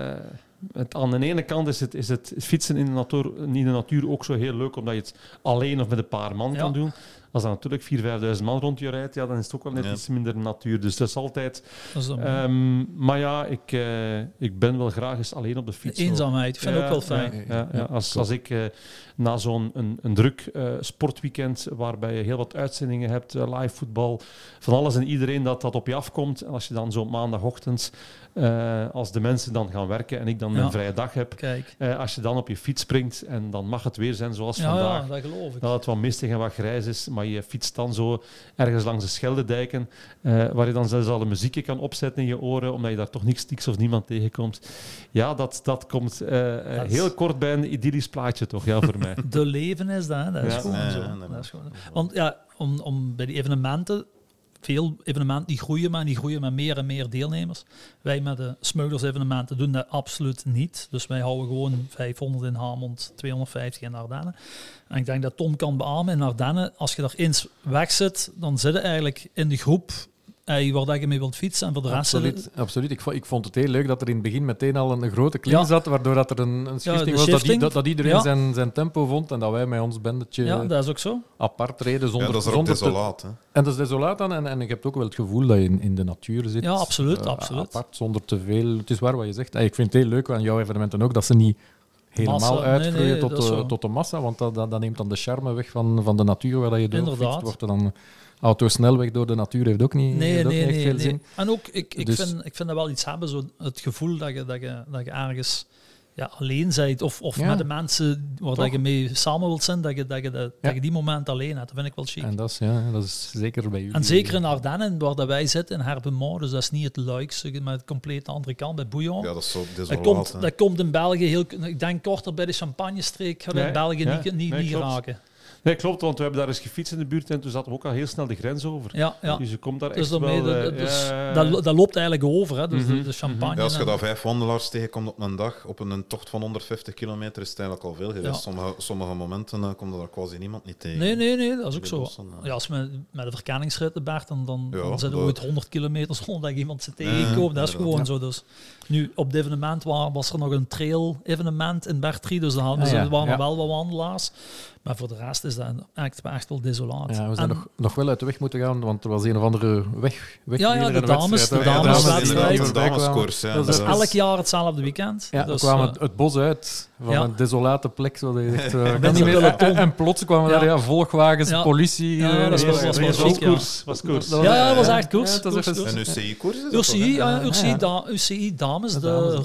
het, aan de ene kant is het, is het fietsen in de, natuur, in de natuur ook zo heel leuk, omdat je het alleen of met een paar man ja. kan doen. Als er natuurlijk vierduizend, vijfduizend man rond je rijdt, ja, dan is het ook wel net ja. iets minder natuur. Dus dat is altijd... Dat is um, maar ja, ik, uh, ik ben wel graag eens alleen op de fiets. De eenzaamheid, ik vind het ja, ook wel fijn. Ja, ja, ja. Als, als ik uh, na zo'n een, een druk uh, sportweekend, waarbij je heel wat uitzendingen hebt, uh, live voetbal, van alles en iedereen dat, dat op je afkomt, en als je dan zo maandagochtend, uh, als de mensen dan gaan werken en ik dan ja. mijn vrije dag heb, uh, als je dan op je fiets springt en dan mag het weer zijn zoals ja, vandaag, ja, dat geloof ik. Dat het wat mistig en wat grijs is, maar je fietst dan zo ergens langs de Scheldedijken, uh, waar je dan zelfs al een muziekje kan opzetten in je oren, omdat je daar toch niks, niks of niemand tegenkomt. Ja, dat, dat komt uh, dat heel is... kort bij een idyllisch plaatje toch, ja, voor mij. De leven is dat, dat is ja. gewoon ja, zo. Ja, nee, dat is gewoon... Want ja, om, om bij die evenementen, veel evenementen die groeien, maar die groeien met meer en meer deelnemers. Wij met de Smugglers-evenementen doen dat absoluut niet. Dus wij houden gewoon vijfhonderd in Hamond, tweehonderdvijftig in Ardennen. En ik denk dat Tom kan beamen, in Ardennen, als je daar eens weg zit, dan zit je eigenlijk in de groep Hey, waar dat je mee wilt fietsen en voor de rest... Absoluut, absoluut. Ik, vond, ik vond het heel leuk dat er in het begin meteen al een, een grote klim ja. zat, waardoor dat er een, een schifting ja, was, dat, die, dat, dat iedereen ja. zijn, zijn tempo vond en dat wij met ons bandetje ja, dat is ook zo. apart reden zonder... Ja, dat is er ook desolaat. Te, en dat is desolaat dan, en, en ik heb ook wel het gevoel dat je in, in de natuur zit. Ja, absoluut, uh, absoluut. Apart, zonder te veel... Het is waar wat je zegt. Hey, ik vind het heel leuk aan jouw evenementen ook, dat ze niet helemaal massa, uitgroeien nee, nee, tot, de, tot de massa, want dat, dat, dat neemt dan de charme weg van, van de natuur waar je door fietst. Wordt er dan... Autosnelweg door de natuur heeft ook niet, nee, heeft ook nee, niet echt nee, veel nee. zin. En ook, ik, ik, dus, vind, ik vind dat wel iets hebben, zo het gevoel dat je, dat je, dat je ergens ja, alleen bent, of, of ja. met de mensen waar dat je mee samen wilt zijn, dat je, dat, je, dat, ja. dat je die moment alleen hebt. Dat vind ik wel chic. En dat is, ja, dat is zeker bij jullie. En zeker in Ardennen, waar dat wij zitten, in Herbemont, dus dat is niet het Luikse, maar het compleet andere kant, bij Bouillon. Ja, dat is zo dat komt, dat komt in België heel... Ik denk korter bij de Champagne-streek, gaat nee, in België ja, niet, niet, nee, niet raken. Nee, klopt, want we hebben daar eens gefietst in de buurt en toen zaten we ook al heel snel de grens over. Ja, ja. Dus je komt daar dus echt wel... De, uh, dus ja. dat, dat loopt eigenlijk over, hè, dus mm-hmm. de, de champagne. Ja, als je daar vijf wandelaars tegenkomt op een dag, op een, een tocht van honderdvijftig kilometer, is het eigenlijk al veel geweest. Ja. Sommige, sommige momenten uh, komt er daar quasi niemand niet tegen. Nee, nee, nee, dat is ook zo. Bossen, uh. ja, als we met, met de verkenningsrit, Bert, dan, dan, ja, dan zijn er ooit honderd kilometer zonder dat iemand ze tegenkomt. Uh, dat is gewoon ja. zo. Dus. Nu, op het evenement was er nog een trail-evenement in Bertrie, dus daar hadden, ah, ja. waren ja. wel wat wandelaars. Maar voor de rest is dat echt, echt wel desolaat. Ja, we zijn en, nog, nog wel uit de weg moeten gaan, want er was een of andere weg. weg ja, ja, de dames, de dameswedstrijd. De dameskoers, ja. Dat is elk jaar hetzelfde weekend. Ja, dus, we kwamen uh, het bos uit van ja. een desolate plek. Zo dat je echt, uh, ben niet meer, en, en plots kwamen ja. daar ja, volgwagens, ja. politie. Ja, ja, dat was, was, was, was koers. Was koers. Ja, ja, dat was echt koers. Ja, koers, koers. En U C I-koers is dat toch? U C I dames,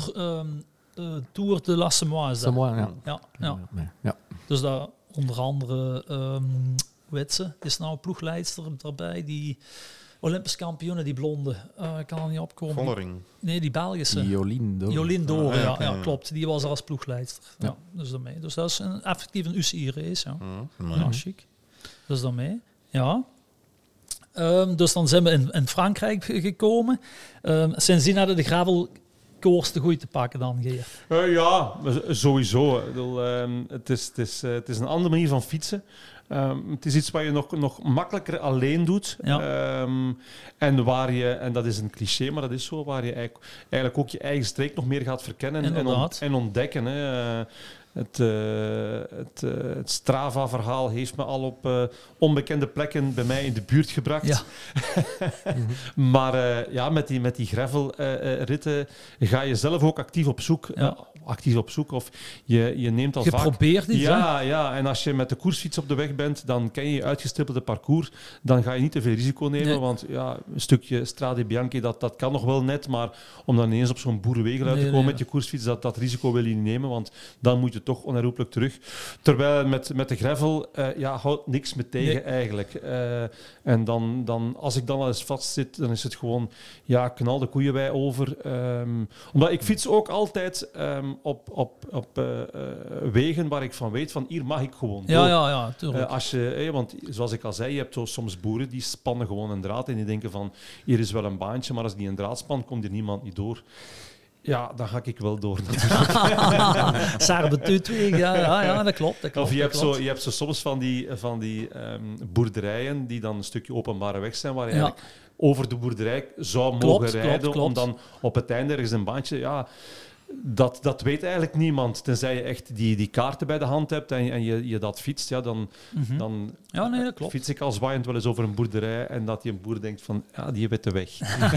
de Tour de la Semoise. Semoise, ja. Ja. Dus dat... Onder andere, um, hoe heet ze? Is nou een ploegleidster daarbij, die Olympisch kampioene, die blonde. Uh, ik kan er niet opkomen. Vollering. Nee, die Belgische. Jolien Doren. Jolien Doren, ah, ja, ja, ja, klopt. Die was er als ploegleidster. Ja. Ja, dus, daarmee. Dus dat is een, effectief een U C I-race. Ja, ja, ja chic. Dus daarmee. Ja. Um, dus dan zijn we in, in Frankrijk gekomen. Um, sindsdien hadden de gravel... koers te goed te pakken dan, Geert? Uh, ja, sowieso. Bedoel, uh, het, is, het, is, uh, het is een andere manier van fietsen. Um, het is iets wat je nog, nog makkelijker alleen doet. Ja. Um, en waar je, en dat is een cliché, maar dat is zo, waar je eigenlijk, eigenlijk ook je eigen streek nog meer gaat verkennen en, on, en ontdekken. Hè. Uh, Het, uh, het, uh, het Strava-verhaal heeft me al op uh, onbekende plekken bij mij in de buurt gebracht. Ja. mm-hmm. Maar uh, ja, met die, met die gravel-ritten uh, ga je zelf ook actief op zoek. Ja. Uh, actief op zoek of je, je neemt al je vaak... Je probeert iets, ja, hè? Ja, en als je met de koersfiets op de weg bent, dan ken je je uitgestippelde parcours. Dan ga je niet te veel risico nemen, nee. want ja, een stukje Strade Bianchi, dat, dat kan nog wel net, maar om dan ineens op zo'n boerenwegel uit te komen nee, nee. met je koersfiets, dat, dat risico wil je niet nemen, want dan moet je toch onherroepelijk terug. Terwijl met, met de gravel, uh, ja, houdt niks me tegen nee. eigenlijk. Uh, en dan, dan, als ik dan al eens vast zit, dan is het gewoon, ja, knal de koeienwei over. Um, omdat ik fiets ook altijd um, op, op, op uh, uh, wegen waar ik van weet, van hier mag ik gewoon door. Ja, ja, ja, tuurlijk. Uh, als je, eh, want zoals ik al zei, je hebt zo soms boeren die spannen gewoon een draad en die denken van, hier is wel een baantje, maar als die een draad span, komt er niemand niet door. Ja, dan ga ik wel door natuurlijk. Sarbetuutweg, ja, ja, ja, dat klopt. Dat klopt of je hebt, klopt. Zo, je hebt zo soms van die, van die um, boerderijen die dan een stukje openbare weg zijn, waar je ja. eigenlijk over de boerderij zou mogen klopt, rijden, klopt, om klopt. dan op het einde ergens een baantje... Ja, Dat, dat weet eigenlijk niemand. Tenzij je echt die, die kaarten bij de hand hebt en, en je, je dat fietst, ja, dan, mm-hmm. dan ja, nee, dat klopt. fiets ik al zwaaiend wel eens over een boerderij en dat die een boer denkt van, ja, die weet de weg.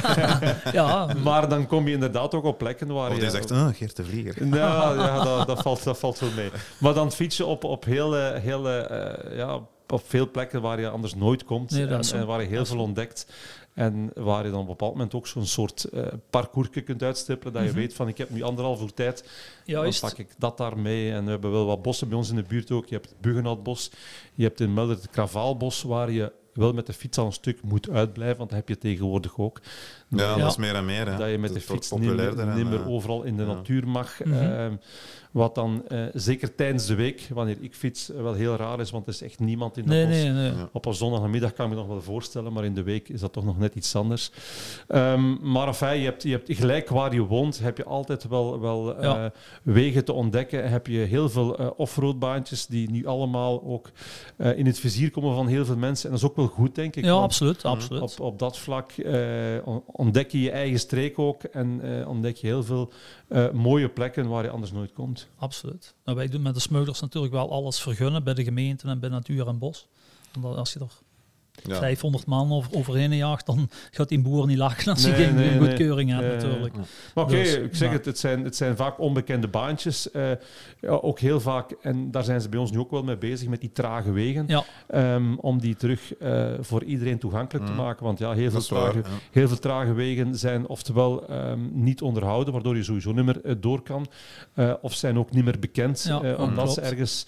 ja. Maar dan kom je inderdaad ook op plekken waar of je... die zegt, oh, Geert de Vlieger. Ja, ja dat, dat, valt, dat valt wel mee. Maar dan fiets je op, op hele... hele uh, ja, op veel plekken waar je anders nooit komt nee, en, en waar je heel veel ontdekt. En waar je dan op een bepaald moment ook zo'n soort uh, parcoursje kunt uitstippelen, dat je mm-hmm. weet van ik heb nu anderhalf uur tijd, Juist. dan pak ik dat daar mee. En we hebben wel wat bossen bij ons in de buurt ook. Je hebt het Buggenhoutbos, je hebt in Mulder het Kravaalbos, waar je wel met de fiets al een stuk moet uitblijven, want dat heb je tegenwoordig ook. Ja, ja. dat is meer en meer. Hè. Dat je met dat de fiets niet meer, niet meer overal in de ja. natuur mag. Mm-hmm. Uh, wat dan, uh, zeker tijdens de week, wanneer ik fiets, uh, wel heel raar is, want er is echt niemand in dat nee, bos. Nee, nee. Ja. Op een zondagmiddag kan ik me nog wel voorstellen, maar in de week is dat toch nog net iets anders. Um, maar enfin, je hebt, je hebt gelijk waar je woont, heb je altijd wel, wel uh, ja. wegen te ontdekken. Heb je heel veel uh, off-roadbaantjes die nu allemaal ook uh, in het vizier komen van heel veel mensen. En dat is ook wel goed, denk ik. Ja, absoluut. absoluut. Op, op dat vlak uh, ontdek je je eigen streek ook en uh, ontdek je heel veel uh, mooie plekken waar je anders nooit komt. Absoluut. Nou, wij doen met de smugglers natuurlijk wel alles vergunnen bij de gemeente en bij Natuur en Bos. Omdat als je er ja. vijfhonderd man over, overheen jaagt, dan gaat die boer niet lachen als nee, je geen nee, goedkeuring nee. hebt natuurlijk. Ja. Maar oké, okay, dus, ik zeg maar. het, het zijn, het zijn vaak onbekende baantjes. Uh, ja, ook heel vaak, en daar zijn ze bij ons nu ook wel mee bezig, met die trage wegen. Ja. Um, om die terug uh, voor iedereen toegankelijk mm. te maken. Want ja, heel veel, trage, waar, ja. heel veel trage wegen zijn oftewel um, niet onderhouden, waardoor je sowieso niet meer uh, door kan. Uh, of zijn ook niet meer bekend, ja, uh, omdat klopt. ze ergens...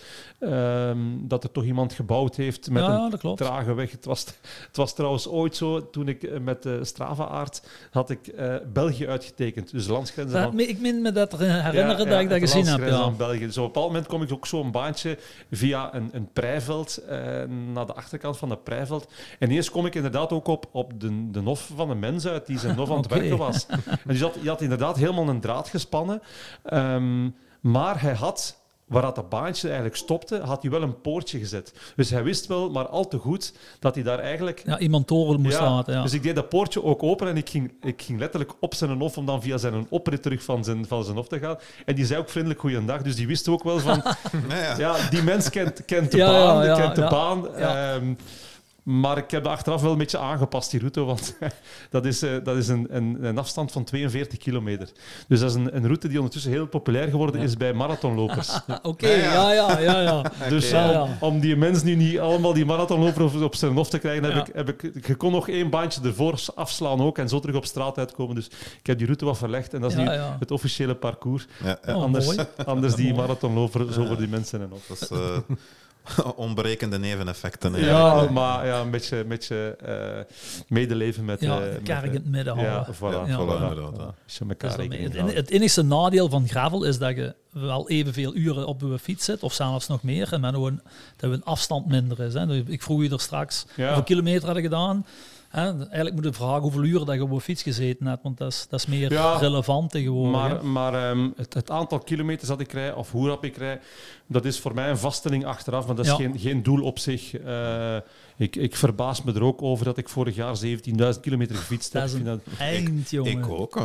Um, dat er toch iemand gebouwd heeft met ja, een trage weg. Het was, het was trouwens ooit zo, toen ik uh, met de uh, Strava-aard had ik uh, België uitgetekend. Dus landsgrenzen dat, van... Ik meen me dat herinneren ja, dat ja, ik dat gezien heb. Ja. Van België. Dus op een bepaald moment kom ik ook zo'n baantje via een, een preiveld uh, naar de achterkant van het preiveld. En eerst kom ik inderdaad ook op, op de, de nof van een mens uit die zijn nof aan het okay. werken was. En dus had, je had inderdaad helemaal een draad gespannen. Um, maar hij had... Waar dat, dat baantje eigenlijk stopte, had hij wel een poortje gezet. Dus hij wist wel, maar al te goed, dat hij daar eigenlijk... Ja, iemand toren moest ja, laten. Ja. Dus ik deed dat poortje ook open en ik ging, ik ging letterlijk op zijn hof om dan via zijn oprit terug van zijn, van zijn hof te gaan. En die zei ook vriendelijk goeiedag, dus die wist ook wel van... ja, ja, die mens kent, kent de ja, baan, ja, ja, kent de ja, baan. Ja. Um, Maar ik heb dat achteraf wel een beetje aangepast, die route, want dat is, uh, dat is een, een, een afstand van tweeënveertig kilometer. Dus dat is een, een route die ondertussen heel populair geworden ja. is bij marathonlopers. Oké, okay, ja, ja, ja. ja. Dus okay, ja, ja. Om, om die mensen nu niet allemaal die marathonloper op, op zijn hof te krijgen, heb, ja. ik, heb ik... Je kon nog één baantje ervoor afslaan ook en zo terug op straat uitkomen. Dus ik heb die route wat verlegd en dat is ja, nu ja. het officiële parcours. Ja, ja. Oh, anders mooi. anders die marathonloper zo voor die mensen en op. Dat is... Uh... onberekende neveneffecten. Ja, ja, maar ja, een beetje, een beetje uh, medeleven met... Ja, uh, elkaar in het midden houden. Ja, voilà. Ja, voilà. voilà. voilà. Ja. Het, het, het enige nadeel van gravel is dat je wel evenveel uren op je fiets zit, of zelfs nog meer, en met een, dat een afstand minder is. Hè. Ik vroeg je er straks ja. hoeveel kilometer had je gedaan. Hè? Eigenlijk moet je vragen hoeveel uren dat je op je fiets gezeten hebt, want dat is, dat is meer ja, relevant tegenwoordig. Maar, maar um, het, het aantal kilometers dat ik rij, of hoe rap ik rij, dat is voor mij een vaststelling achteraf, maar dat is ja. geen, geen doel op zich. Uh, ik, ik verbaas me er ook over dat ik vorig jaar zeventienduizend kilometer gefietst heb. Dat is een dat... eind, jongen. Ik ook.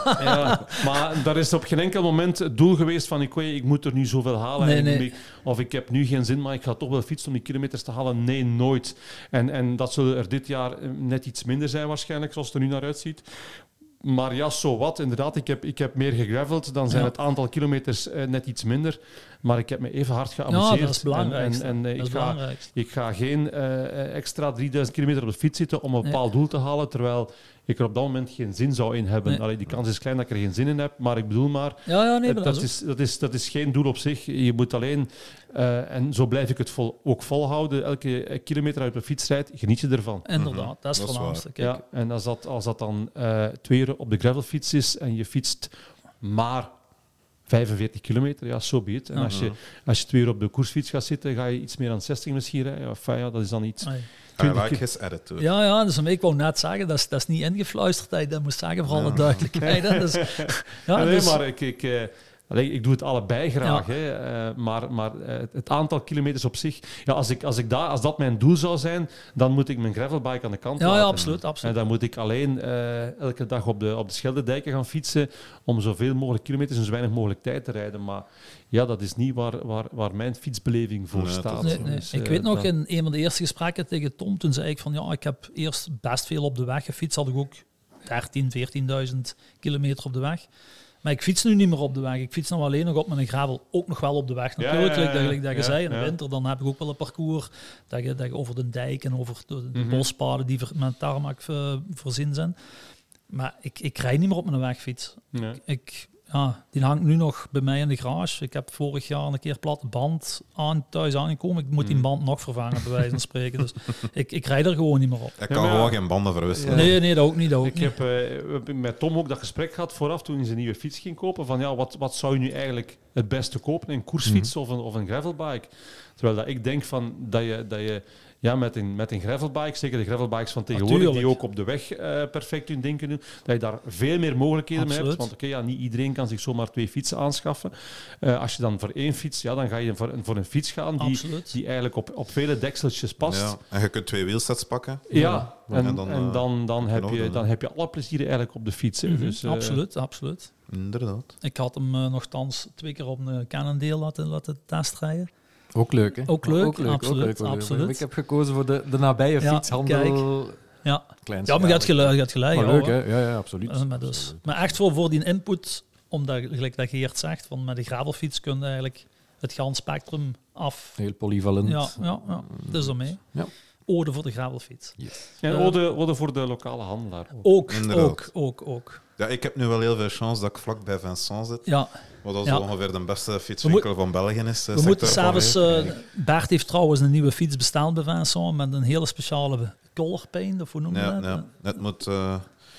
Ja, maar daar is op geen enkel moment het doel geweest van ik, ik moet er nu zoveel halen. Nee, en nee. Ik, of ik heb nu geen zin, maar ik ga toch wel fietsen om die kilometers te halen. Nee, nooit. En, en dat zullen er dit jaar net iets minder zijn waarschijnlijk, zoals het er nu naar uitziet. Maar ja, zo wat. Inderdaad, ik heb, ik heb meer gegraveld. Dan zijn ja. het aantal kilometers uh, net iets minder. Maar ik heb me even hard geamuseerd. Ja, dat is het belangrijkste. En, en, en, uh, dat ik, is ga, ik ga geen uh, extra drieduizend kilometer op de fiets zitten om een bepaald nee. doel te halen, terwijl ik er op dat moment geen zin zou in hebben. Nee. Allee, die kans is klein dat ik er geen zin in heb, maar ik bedoel maar, ja, ja, nee, dat, dat, is, dat, is, dat is geen doel op zich. Je moet alleen, uh, en zo blijf ik het vol, ook volhouden, elke kilometer uit de fiets rijdt, geniet je ervan. Inderdaad, mm-hmm. dat is het voornaamste. Ja, en als dat, als dat dan uh, twee uur op de gravelfiets is en je fietst maar vijfenveertig kilometer, ja, so be it. En als je, als je twee uur op de koersfiets gaat zitten, ga je iets meer dan zestig misschien rijden. Ja, enfin, ja, dat is dan iets... Nee. I like his attitude. Ja, ja, dus ik wou net zeggen, dat is, dat is niet ingefluisterd dat je dat moest zeggen, voor alle ja. duidelijkheid. Dus, ja, nee, dus... maar ik... ik uh, Allee, ik doe het allebei graag, ja. hè. Uh, maar, maar uh, het aantal kilometers op zich... Ja, als, ik, als, ik da, als dat mijn doel zou zijn, dan moet ik mijn gravelbike aan de kant ja, laten. Ja, absoluut, absoluut. En dan moet ik alleen uh, elke dag op de, op de Scheldedijken gaan fietsen om zoveel mogelijk kilometers en zo weinig mogelijk tijd te rijden. Maar ja, dat is niet waar, waar, waar mijn fietsbeleving voor nee, staat. Nee, nee. Dus, uh, ik weet nog, in een van de eerste gesprekken tegen Tom, toen zei ik van ja, ik heb eerst best veel op de weg gefietst. Had ik ook dertien, veertienduizend kilometer op de weg. Maar ik fiets nu niet meer op de weg. Ik fiets nog alleen nog op met een gravel. Ook nog wel op de weg. Natuurlijk, ja, ja, ja, ja. like dat je ja, zei, in de ja. winter dan heb ik ook wel een parcours dat je, dat je over de dijk en over de, de mm-hmm. bospaden die ver, met tarmac uh, voorzien zijn. Maar ik, ik rijd niet meer op mijn wegfiets. Ja. Ik, ik, ja, die hangt nu nog bij mij in de garage. Ik heb vorig jaar een keer platte band aan, thuis aangekomen. Ik moet mm. die band nog vervangen, bij wijze van spreken. Dus ik, ik rijd er gewoon niet meer op. Ik kan ja, gewoon geen banden verwisselen. Nee, nee, dat ook niet. Dat ook ik niet. heb uh, met Tom ook dat gesprek gehad vooraf, toen hij zijn nieuwe fiets ging kopen. Van ja, wat, wat zou je nu eigenlijk het beste kopen? Een koersfiets mm. of, een, of een gravelbike? Terwijl dat ik denk van, dat je... Dat je Ja, met een, met een gravelbike, zeker de gravelbikes van tegenwoordig, Natuurlijk. die ook op de weg uh, perfect hun ding kunnen doen, dat je daar veel meer mogelijkheden mee hebt. Want oké, okay, ja, niet iedereen kan zich zomaar twee fietsen aanschaffen. Uh, als je dan voor één fiets, ja, dan ga je voor, voor een fiets gaan die, die eigenlijk op, op vele dekseltjes past. Ja, en je kunt twee wielsets pakken. Ja, ja. En, en dan, en dan, dan, heb je, dan heb je alle plezier eigenlijk op de fiets. Mm-hmm. Dus, uh, absoluut, absoluut. Inderdaad. Ik had hem uh, nogthans twee keer op een Cannondale laten, laten testrijden. Ook leuk, hè? Ook leuk, ook leuk absoluut. Ook leuk, absoluut. Ik heb gekozen voor de, de nabije ja, fietshandel. Kijk. Ja. ja, maar je hebt gelijk. Je hebt gelijk maar ja, leuk, hè? Ja, ja, absoluut. Uh, maar, dus, maar echt voor, voor die input, omdat, gelijk dat Geert zegt, van met de gravelfiets kun je eigenlijk het gans spectrum af. Heel polyvalent. Ja, ja, ja. Dus daarmee. Ja. Ode voor de gravelfiets. Yes. En uh, ode, ode voor de lokale handelaar. Ook, ook, ook, ook. Ja, ik heb nu wel heel veel chance dat ik vlak bij Vincent zit. Ja. Wat dat ja. ongeveer de beste fietswinkel van België is. We moeten s'avonds... Uh, Bert heeft trouwens een nieuwe fiets besteld bij Vincent met een hele speciale color paint, of hoe noem je ja, dat? Ja, het moet... Uh,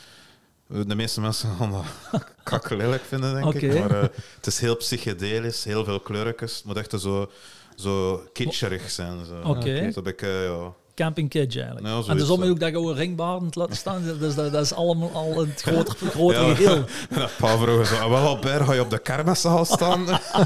de meeste mensen gaan dat kakkelelijk vinden, denk okay. ik. Maar uh, het is heel psychedelisch, heel veel kleurtjes. Het moet echt zo, zo kitscherig zijn. Zo, okay. dus heb ik... Uh, ja. Camping Kidge eigenlijk. Nou, en dus om ook dat gewoon ringbaardend laten staan, dus dat, dat is allemaal al het grotere, grotere ja, geheel. En een paar vroegen zo, wel Albert, ga je op de kermiszaal staan?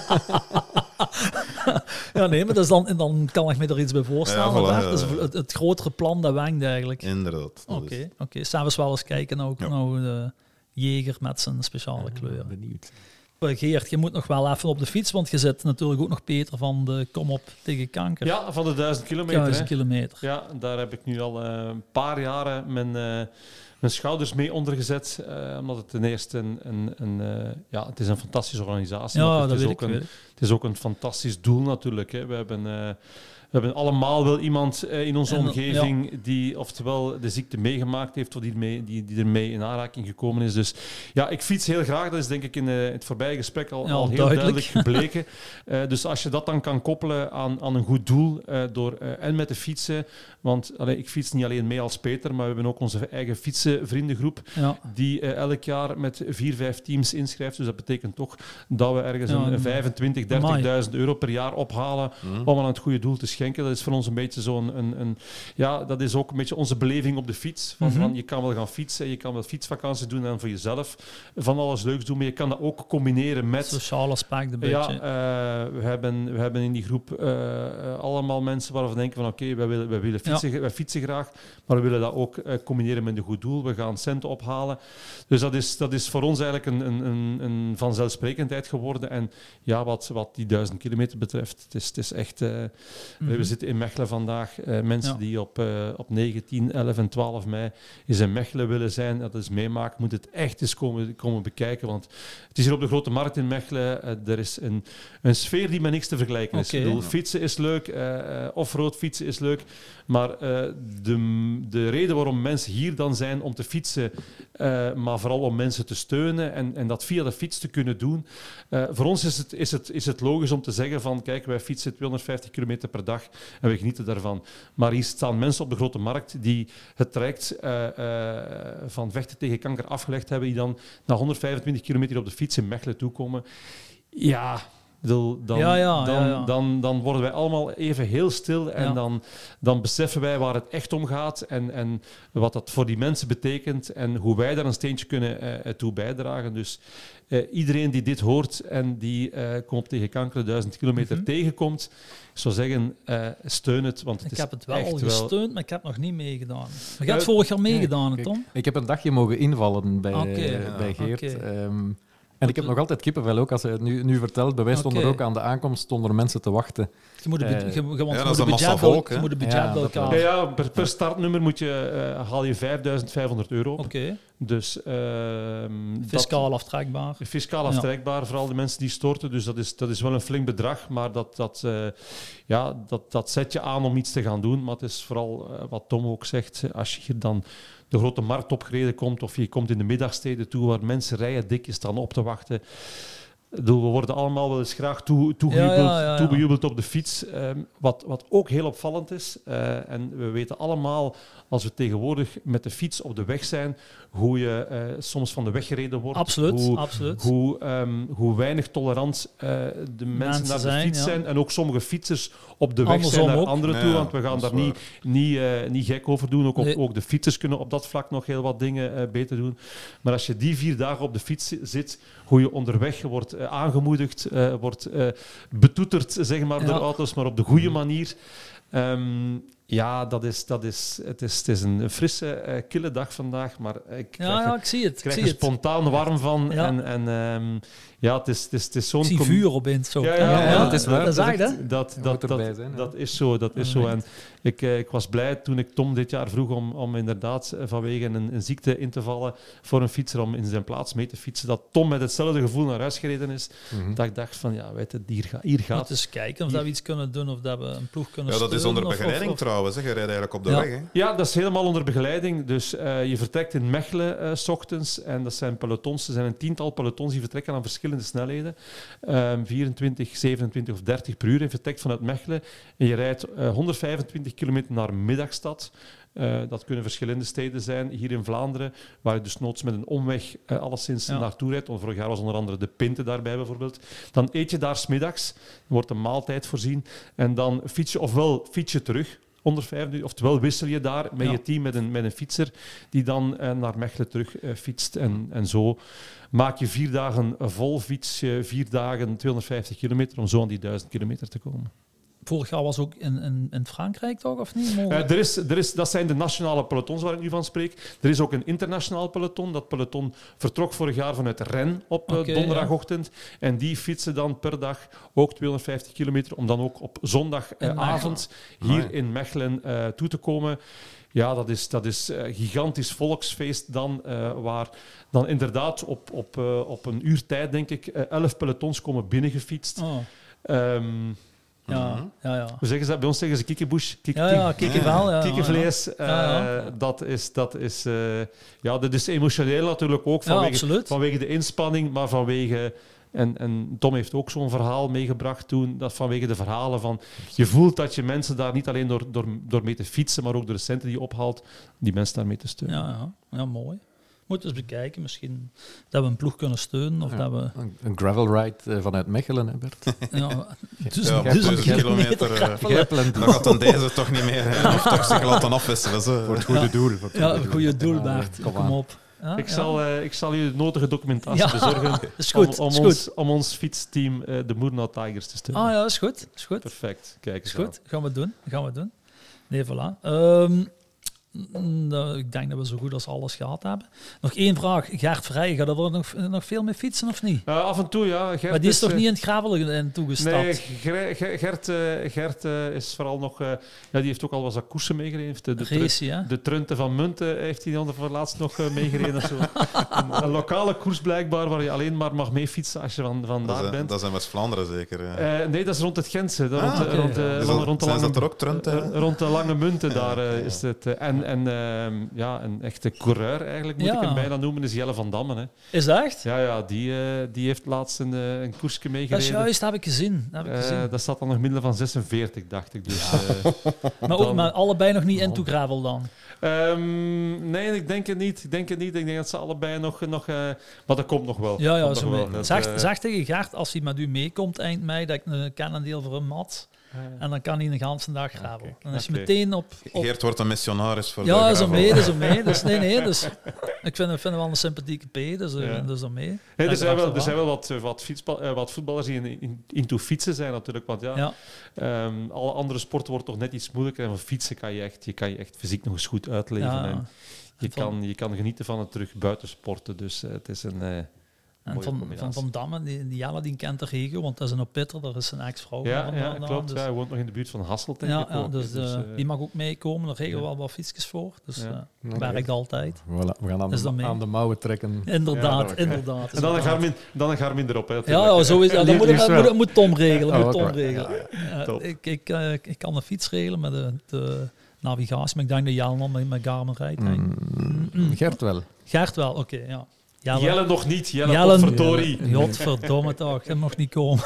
Ja, nee, maar dus dan, dan kan ik me er iets bij voorstellen. Ja, voilà, ja, dus het, het grotere plan, dat wengt eigenlijk. Inderdaad. Oké, oké. Okay, okay. S'avonds wel eens kijken naar ja. nou, de Jeger met zijn speciale ja, kleur. Benieuwd. Geert, je moet nog wel even op de fiets, want je zit natuurlijk ook nog Peter van de Kom op tegen kanker. Ja, van de duizend kilometer. Duizend kilometer. Ja, daar heb ik nu al uh, een paar jaren mijn, uh, mijn schouders mee ondergezet. Uh, omdat het ten eerste een, een, een, uh, ja, het is een fantastische organisatie. Ja, het dat is weet ook ik. Een, het is ook een fantastisch doel natuurlijk. Hè. We hebben... Uh, We hebben allemaal wel iemand uh, in onze en, omgeving ja. die oftewel de ziekte meegemaakt heeft of die ermee, die, die ermee in aanraking gekomen is. Dus ja, ik fiets heel graag. Dat is denk ik in uh, het voorbije gesprek al, ja, al heel duidelijk, duidelijk gebleken. Uh, dus als je dat dan kan koppelen aan, aan een goed doel uh, door uh, en met de fietsen, want allee, ik fiets niet alleen mee als Peter, maar we hebben ook onze eigen fietsen fietsenvriendengroep ja. die uh, elk jaar met vier, vijf teams inschrijft. Dus dat betekent toch dat we ergens ja, een vijfentwintig, dertigduizend euro per jaar ophalen mm. om aan het goede doel te schenken. Dat is voor ons een beetje zo'n... Een, een, ja, dat is ook een beetje onze beleving op de fiets. Van, mm-hmm. van, je kan wel gaan fietsen, je kan wel fietsvakanties doen en voor jezelf van alles leuks doen, maar je kan dat ook combineren met... Sociaal aspect een beetje. Ja, uh, we, hebben, we hebben in die groep uh, allemaal mensen waar we denken van oké, okay, wij willen, wij willen fietsen, ja. wij fietsen graag, maar we willen dat ook uh, combineren met een goed doel. We gaan centen ophalen. Dus dat is, dat is voor ons eigenlijk een, een, een, een vanzelfsprekendheid geworden. En ja, wat, wat die duizend kilometer betreft, het is, het is echt... Uh, mm-hmm. We zitten in Mechelen vandaag. Uh, mensen ja. die op, uh, op negen, tien, elf en twaalf mei eens in Mechelen willen zijn, dat is meemaken, moet het echt eens komen, komen bekijken. Want het is hier op de Grote Markt in Mechelen. Uh, er is een, een sfeer die met niks te vergelijken is. Okay. Ik bedoel, fietsen is leuk, uh, off-road fietsen is leuk. Maar uh, de, de reden waarom mensen hier dan zijn om te fietsen, uh, maar vooral om mensen te steunen en, en dat via de fiets te kunnen doen. Uh, voor ons is het, is, het, is het logisch om te zeggen van kijk, wij fietsen tweehonderdvijftig kilometer per dag en we genieten daarvan. Maar hier staan mensen op de Grote Markt die het traject uh, uh, van vechten tegen kanker afgelegd hebben, die dan na honderdvijfentwintig kilometer op de fiets in Mechelen toekomen. Ja... Dan, ja, ja, dan, ja, ja. Dan, dan worden wij allemaal even heel stil en ja. dan, dan beseffen wij waar het echt om gaat en, en wat dat voor die mensen betekent en hoe wij daar een steentje kunnen uh, toe bijdragen. Dus uh, iedereen die dit hoort en die uh, Kom op tegen kanker duizend kilometer mm-hmm. tegenkomt, ik zou zeggen, uh, steun het. Want het ik is heb het wel echt al gesteund, wel... maar ik heb nog niet meegedaan. Maar je hebt uh, vorig jaar meegedaan, ja, Tom? Ik, ik heb een dagje mogen invallen bij, okay. uh, bij Geert. Okay. Um, En ik heb nog altijd kippenvel ook, als hij het nu, nu vertelt. Bij wij stonden okay. er ook aan de aankomst stonden mensen te wachten. Je moet een budget, uh, je, je, ja, moet een budget, volk, je moet een budget ja, bij elkaar. Ja, ja per, per startnummer moet je, uh, haal je vijfduizend vijfhonderd euro op. Okay. Dus, uh, fiscaal dat, aftrekbaar. Fiscaal aftrekbaar ja. voor al de mensen die storten. Dus dat is, dat is wel een flink bedrag. Maar dat, dat, uh, ja, dat, dat zet je aan om iets te gaan doen. Maar het is vooral uh, wat Tom ook zegt. Als je hier dan de Grote Markt opgereden komt of je komt in de middagsteden toe waar mensen rijen dik staan op te wachten. We worden allemaal wel eens graag toe, toegejubeld, ja, ja, ja, ja. toegejubeld op de fiets. Um, wat, wat ook heel opvallend is. Uh, en we weten allemaal, als we tegenwoordig met de fiets op de weg zijn, hoe je uh, soms van de weg gereden wordt. Absoluut, hoe, absoluut. Hoe, um, hoe weinig tolerant uh, de mensen, mensen naar de zijn, fiets ja. zijn. En ook sommige fietsers op de weg Andersom zijn naar ook. anderen toe. Ja, want we gaan daar niet, niet, uh, niet gek over doen. Ook, nee. ook de fietsers kunnen op dat vlak nog heel wat dingen uh, beter doen. Maar als je die vier dagen op de fiets zit, hoe je onderweg wordt uh, aangemoedigd, uh, wordt uh, betoeterd zeg maar, ja. door auto's, maar op de goede manier. Um, ja, dat is, dat is, het, is, het is een frisse, uh, kille dag vandaag, maar ik krijg, ja, ja, ik zie het, ik krijg ik er zie spontaan het. warm van. Ja. En, en um, ja, het is, het is, het is zo'n... Ik zie com- vuur opeens zo. Ja, ja, ja, ja, ja, dat is waar. Dat, dat, is dat, dat, dat, dat, zijn, dat is zo. Dat is zo. En ik, uh, ik was blij toen ik Tom dit jaar vroeg om, om inderdaad vanwege een, een ziekte in te vallen voor een fietser om in zijn plaats mee te fietsen, dat Tom met hetzelfde gevoel naar huis gereden is. Mm-hmm. Dat ik dacht van, ja, weet het, hier, ga, hier gaat... Laten eens kijken of hier. dat we iets kunnen doen of dat we een ploeg kunnen Ja, dat steunen, is onder begeleiding of, of, trouwens. Hè. Je rijdt eigenlijk op de ja. weg. Hè. Ja, dat is helemaal onder begeleiding. Dus uh, je vertrekt in Mechelen uh, 's ochtends en dat zijn pelotons. Er zijn een tiental pelotons die vertrekken aan verschillende snelheden. Um, vierentwintig, zevenentwintig of dertig per uur. Je vertrekt vanuit Mechelen en je rijdt uh, honderdvijfentwintig kilometer naar Middagstad. Uh, dat kunnen verschillende steden zijn. Hier in Vlaanderen, waar je dus noods met een omweg uh, alleszins ja. naartoe rijdt. Want vorig jaar was onder andere de Pinte daarbij bijvoorbeeld. Dan eet je daar 's middags. Er wordt een maaltijd voorzien. En dan fiets je ofwel fiets je terug. onder vijf, oftewel wissel je daar met ja. je team met een, met een fietser die dan uh, naar Mechelen terug uh, fietst. En, en zo maak je vier dagen vol, fiets je vier dagen tweehonderdvijftig kilometer om zo aan die duizend kilometer te komen. Vorig jaar was ook in, in, in Frankrijk toch, of niet? Uh, er is, er is, dat zijn de nationale pelotons waar ik nu van spreek. Er is ook een internationaal peloton. Dat peloton vertrok vorig jaar vanuit Rennes op uh, okay, donderdagochtend. Ja. En die fietsen dan per dag ook tweehonderdvijftig kilometer om dan ook op zondagavond uh, hier oh, ja. in Mechelen uh, toe te komen. Ja, dat is, dat is een gigantisch volksfeest dan, uh, waar dan inderdaad op, op, uh, op een uur tijd, denk ik, uh, elf pelotons komen binnengefietst. Oh. Um, Ja, ja, ja. We zeggen, bij ons zeggen ze kikkerbush, kik, ja, ja, kikkervel, ja, kikkervlees. Ja, ja. Uh, dat is, dat is, uh, ja, dat is emotioneel natuurlijk ook vanwege, ja, vanwege de inspanning, maar vanwege En, en Tom heeft ook zo'n verhaal meegebracht toen, dat vanwege de verhalen van... Je voelt dat je mensen daar niet alleen door, door, door mee te fietsen, maar ook door de centen die je ophaalt, die mensen daarmee te steunen. Ja, ja. ja mooi. Moeten we eens bekijken. Misschien dat we een ploeg kunnen steunen. Of ja, dat we... Een, een gravelride uh, vanuit Mechelen, hè Bert? Ja, dus, ja, dus een kilometer. kilometer uh, dat gaat dan deze toch niet meer. Hè? Of toch zich laten afwisselen. Zo. Voor het goede ja. doel. Voor het ja, goede het goede doel, doel Bert. Kom, Kom op. Ja, ik, ja. zal, uh, ik zal u de nodige documentatie ja, bezorgen is goed, om, om, is ons, goed. om ons fietsteam, uh, de Moernau Tigers, te steunen. Ah ja, is goed. Is goed. Perfect. Kijk eens is goed. Gaan we doen. Gaan we doen. Nee, voilà. Um, Nou, ik denk dat we zo goed als alles gehad hebben. Nog één vraag. Gert Vrij, gaat er nog, nog veel mee fietsen of niet? Uh, af en toe, ja. Gert maar die is, is toch uh, niet in het gravel in toegestapt? Nee, Gert, uh, Gert uh, is vooral nog... Uh, ja, die heeft ook al wat zijn koersen meegereden. De, de, Race, ja. de Trunte van Munten heeft hij dan voor laatst nog uh, meegereden. Zo. een, een lokale koers blijkbaar, waar je alleen maar mag mee fietsen als je van, van daar is, bent. Dat is in West-Vlaanderen zeker? Ja. Uh, nee, dat is rond het Gentse. Ah, rond, okay. rond, uh, dus rond, dat, rond de zijn lange, dat er ook Trunte? Uh, rond de Lange Munten, daar uh, ja. is het. Uh, en... en uh, ja, een echte coureur eigenlijk, moet ja. ik hem bijna noemen, is Jelle van Damme. Hè. Is dat echt? Ja, ja die, uh, die heeft laatst een, uh, een koersje meegereden. Dat is juist, dat heb ik gezien. Dat, heb ik gezien. Uh, dat staat dan nog middelen van zesenveertig, dacht ik. Dus, ja. uh, maar, ook, maar allebei nog niet into gravel dan? Um, nee, ik denk het niet. Ik denk het niet. Ik denk dat ze allebei nog... nog uh, maar dat komt nog wel. Ja, ja, zo wel. Dat, zeg, uh, zeg tegen Gert, als hij met u meekomt eind mei, dat ik een kennendeel voor hem had. En dan kan hij een ganse dag graven. Okay. Dan is je okay. meteen op, op... Geert wordt een missionaris voor ja, de zo mee, zo mee. Dus nee, nee. Dus, ik vind, vind hem wel een sympathieke P, dus, ja. dus dan mee. Nee, er, zijn wel, er zijn wel wat, wat, fietsbal, uh, wat voetballers die in, in, into fietsen zijn natuurlijk. Want ja, ja. Um, alle andere sporten wordt toch net iets moeilijker. En van fietsen kan je echt, je kan je echt fysiek nog eens goed uitleven. Ja. En je, en kan, je kan genieten van het terug buitensporten. Dus uh, het is een... Uh, En van, van Van Damme, die, die Jelle, die kent de regio, want dat is een Oppitter, dat is zijn ex-vrouw. Ja, van ja van klopt. dus. Ja, hij woont nog in de buurt van Hasselt, denk ja, ik ja, ook. Dus, dus uh, die mag ook meekomen, daar regelen we ja. wel wat fietsjes voor. Dus ja. uh, okay. werkt altijd. Voilà, we gaan aan de, aan de mouwen trekken. Inderdaad, ja, inderdaad. En dan een Garmin, dan een Garmin erop. Hè, ja, ja, zo is, ja, dat moet, moet, moet, moet Tom regelen. Oh, moet Tom regelen. Ja, uh, ik, ik, uh, ik kan de fiets regelen met de, de navigatie, maar ik denk dat Jelle nog met, met Garmin rijdt. Mm, mm. Gert wel. Gert wel, oké, okay, ja. Jelle, Jelle nog niet, Jelle, Jelle godverdorie. Godverdomme toch, hij mag niet komen.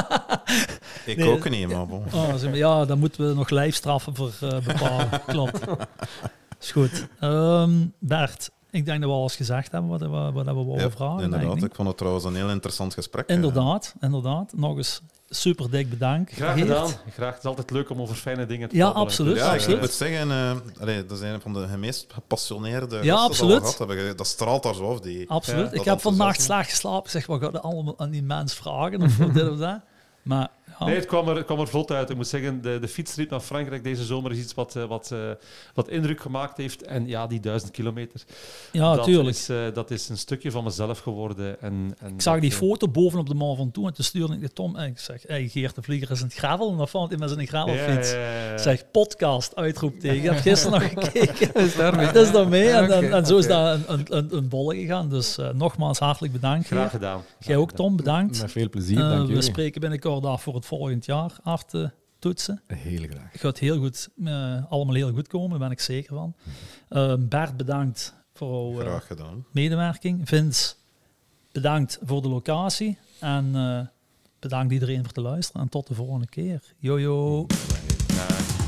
Ik nee, ook niet, maar bon. Oh, ja, dan moeten we nog lijfstraffen voor uh, bepalen. Klopt. Is goed. Um, Bert, ik denk dat we alles gezegd hebben wat, wat, wat we wilden ja, vragen. Inderdaad, ik, ik vond het trouwens een heel interessant gesprek. Inderdaad, ja. inderdaad. Nog eens super dik bedankt. Graag Geert. gedaan. Graag. Het is altijd leuk om over fijne dingen te ja, babbelen. absoluut. Ja, absoluut. ik moet zeggen, uh, allee, dat is een van de meest gepassioneerde ja, absoluut. dat we gehad hebben. Dat straalt daar zo af. Die, absoluut. Ja, ik heb vannacht slaag geslapen. Zeg, wat gaan we allemaal aan die mens vragen? Of dit of dat? Maar... Ja. Nee, het kwam, er, het kwam er vlot uit. Ik moet zeggen, de, de fietsrit naar Frankrijk deze zomer is iets wat, wat, uh, wat indruk gemaakt heeft. En ja, die duizend kilometer. Ja, dat tuurlijk. Is, uh, dat is een stukje van mezelf geworden. En, en ik zag die uh, foto bovenop de Mont Ventoux en toen stuurde ik de Tom en ik zeg, hey, Geert de Vlieger is in het gravel. En dan vond hij met zijn gravelfiets. Ja, ja, ja, ja. Zeg, podcast, uitroepteken. Ik heb gisteren nog gekeken. is daarmee? Dat is daarmee. Ja, en, okay, en, en zo okay. is dat een, een, een, een bolle gegaan. Dus uh, nogmaals hartelijk bedankt. Graag gedaan. Jij ook, Tom, bedankt. Met veel plezier, uh, dank We jullie. spreken binnenkort af voor het volgend jaar af te toetsen. Heel graag. Het gaat heel goed, uh, allemaal heel goed komen, daar ben ik zeker van. Uh, Bert, bedankt voor uw uh, medewerking. Vince, bedankt voor de locatie. En uh, bedankt iedereen voor het luisteren. En tot de volgende keer. Yo, yo. Ja.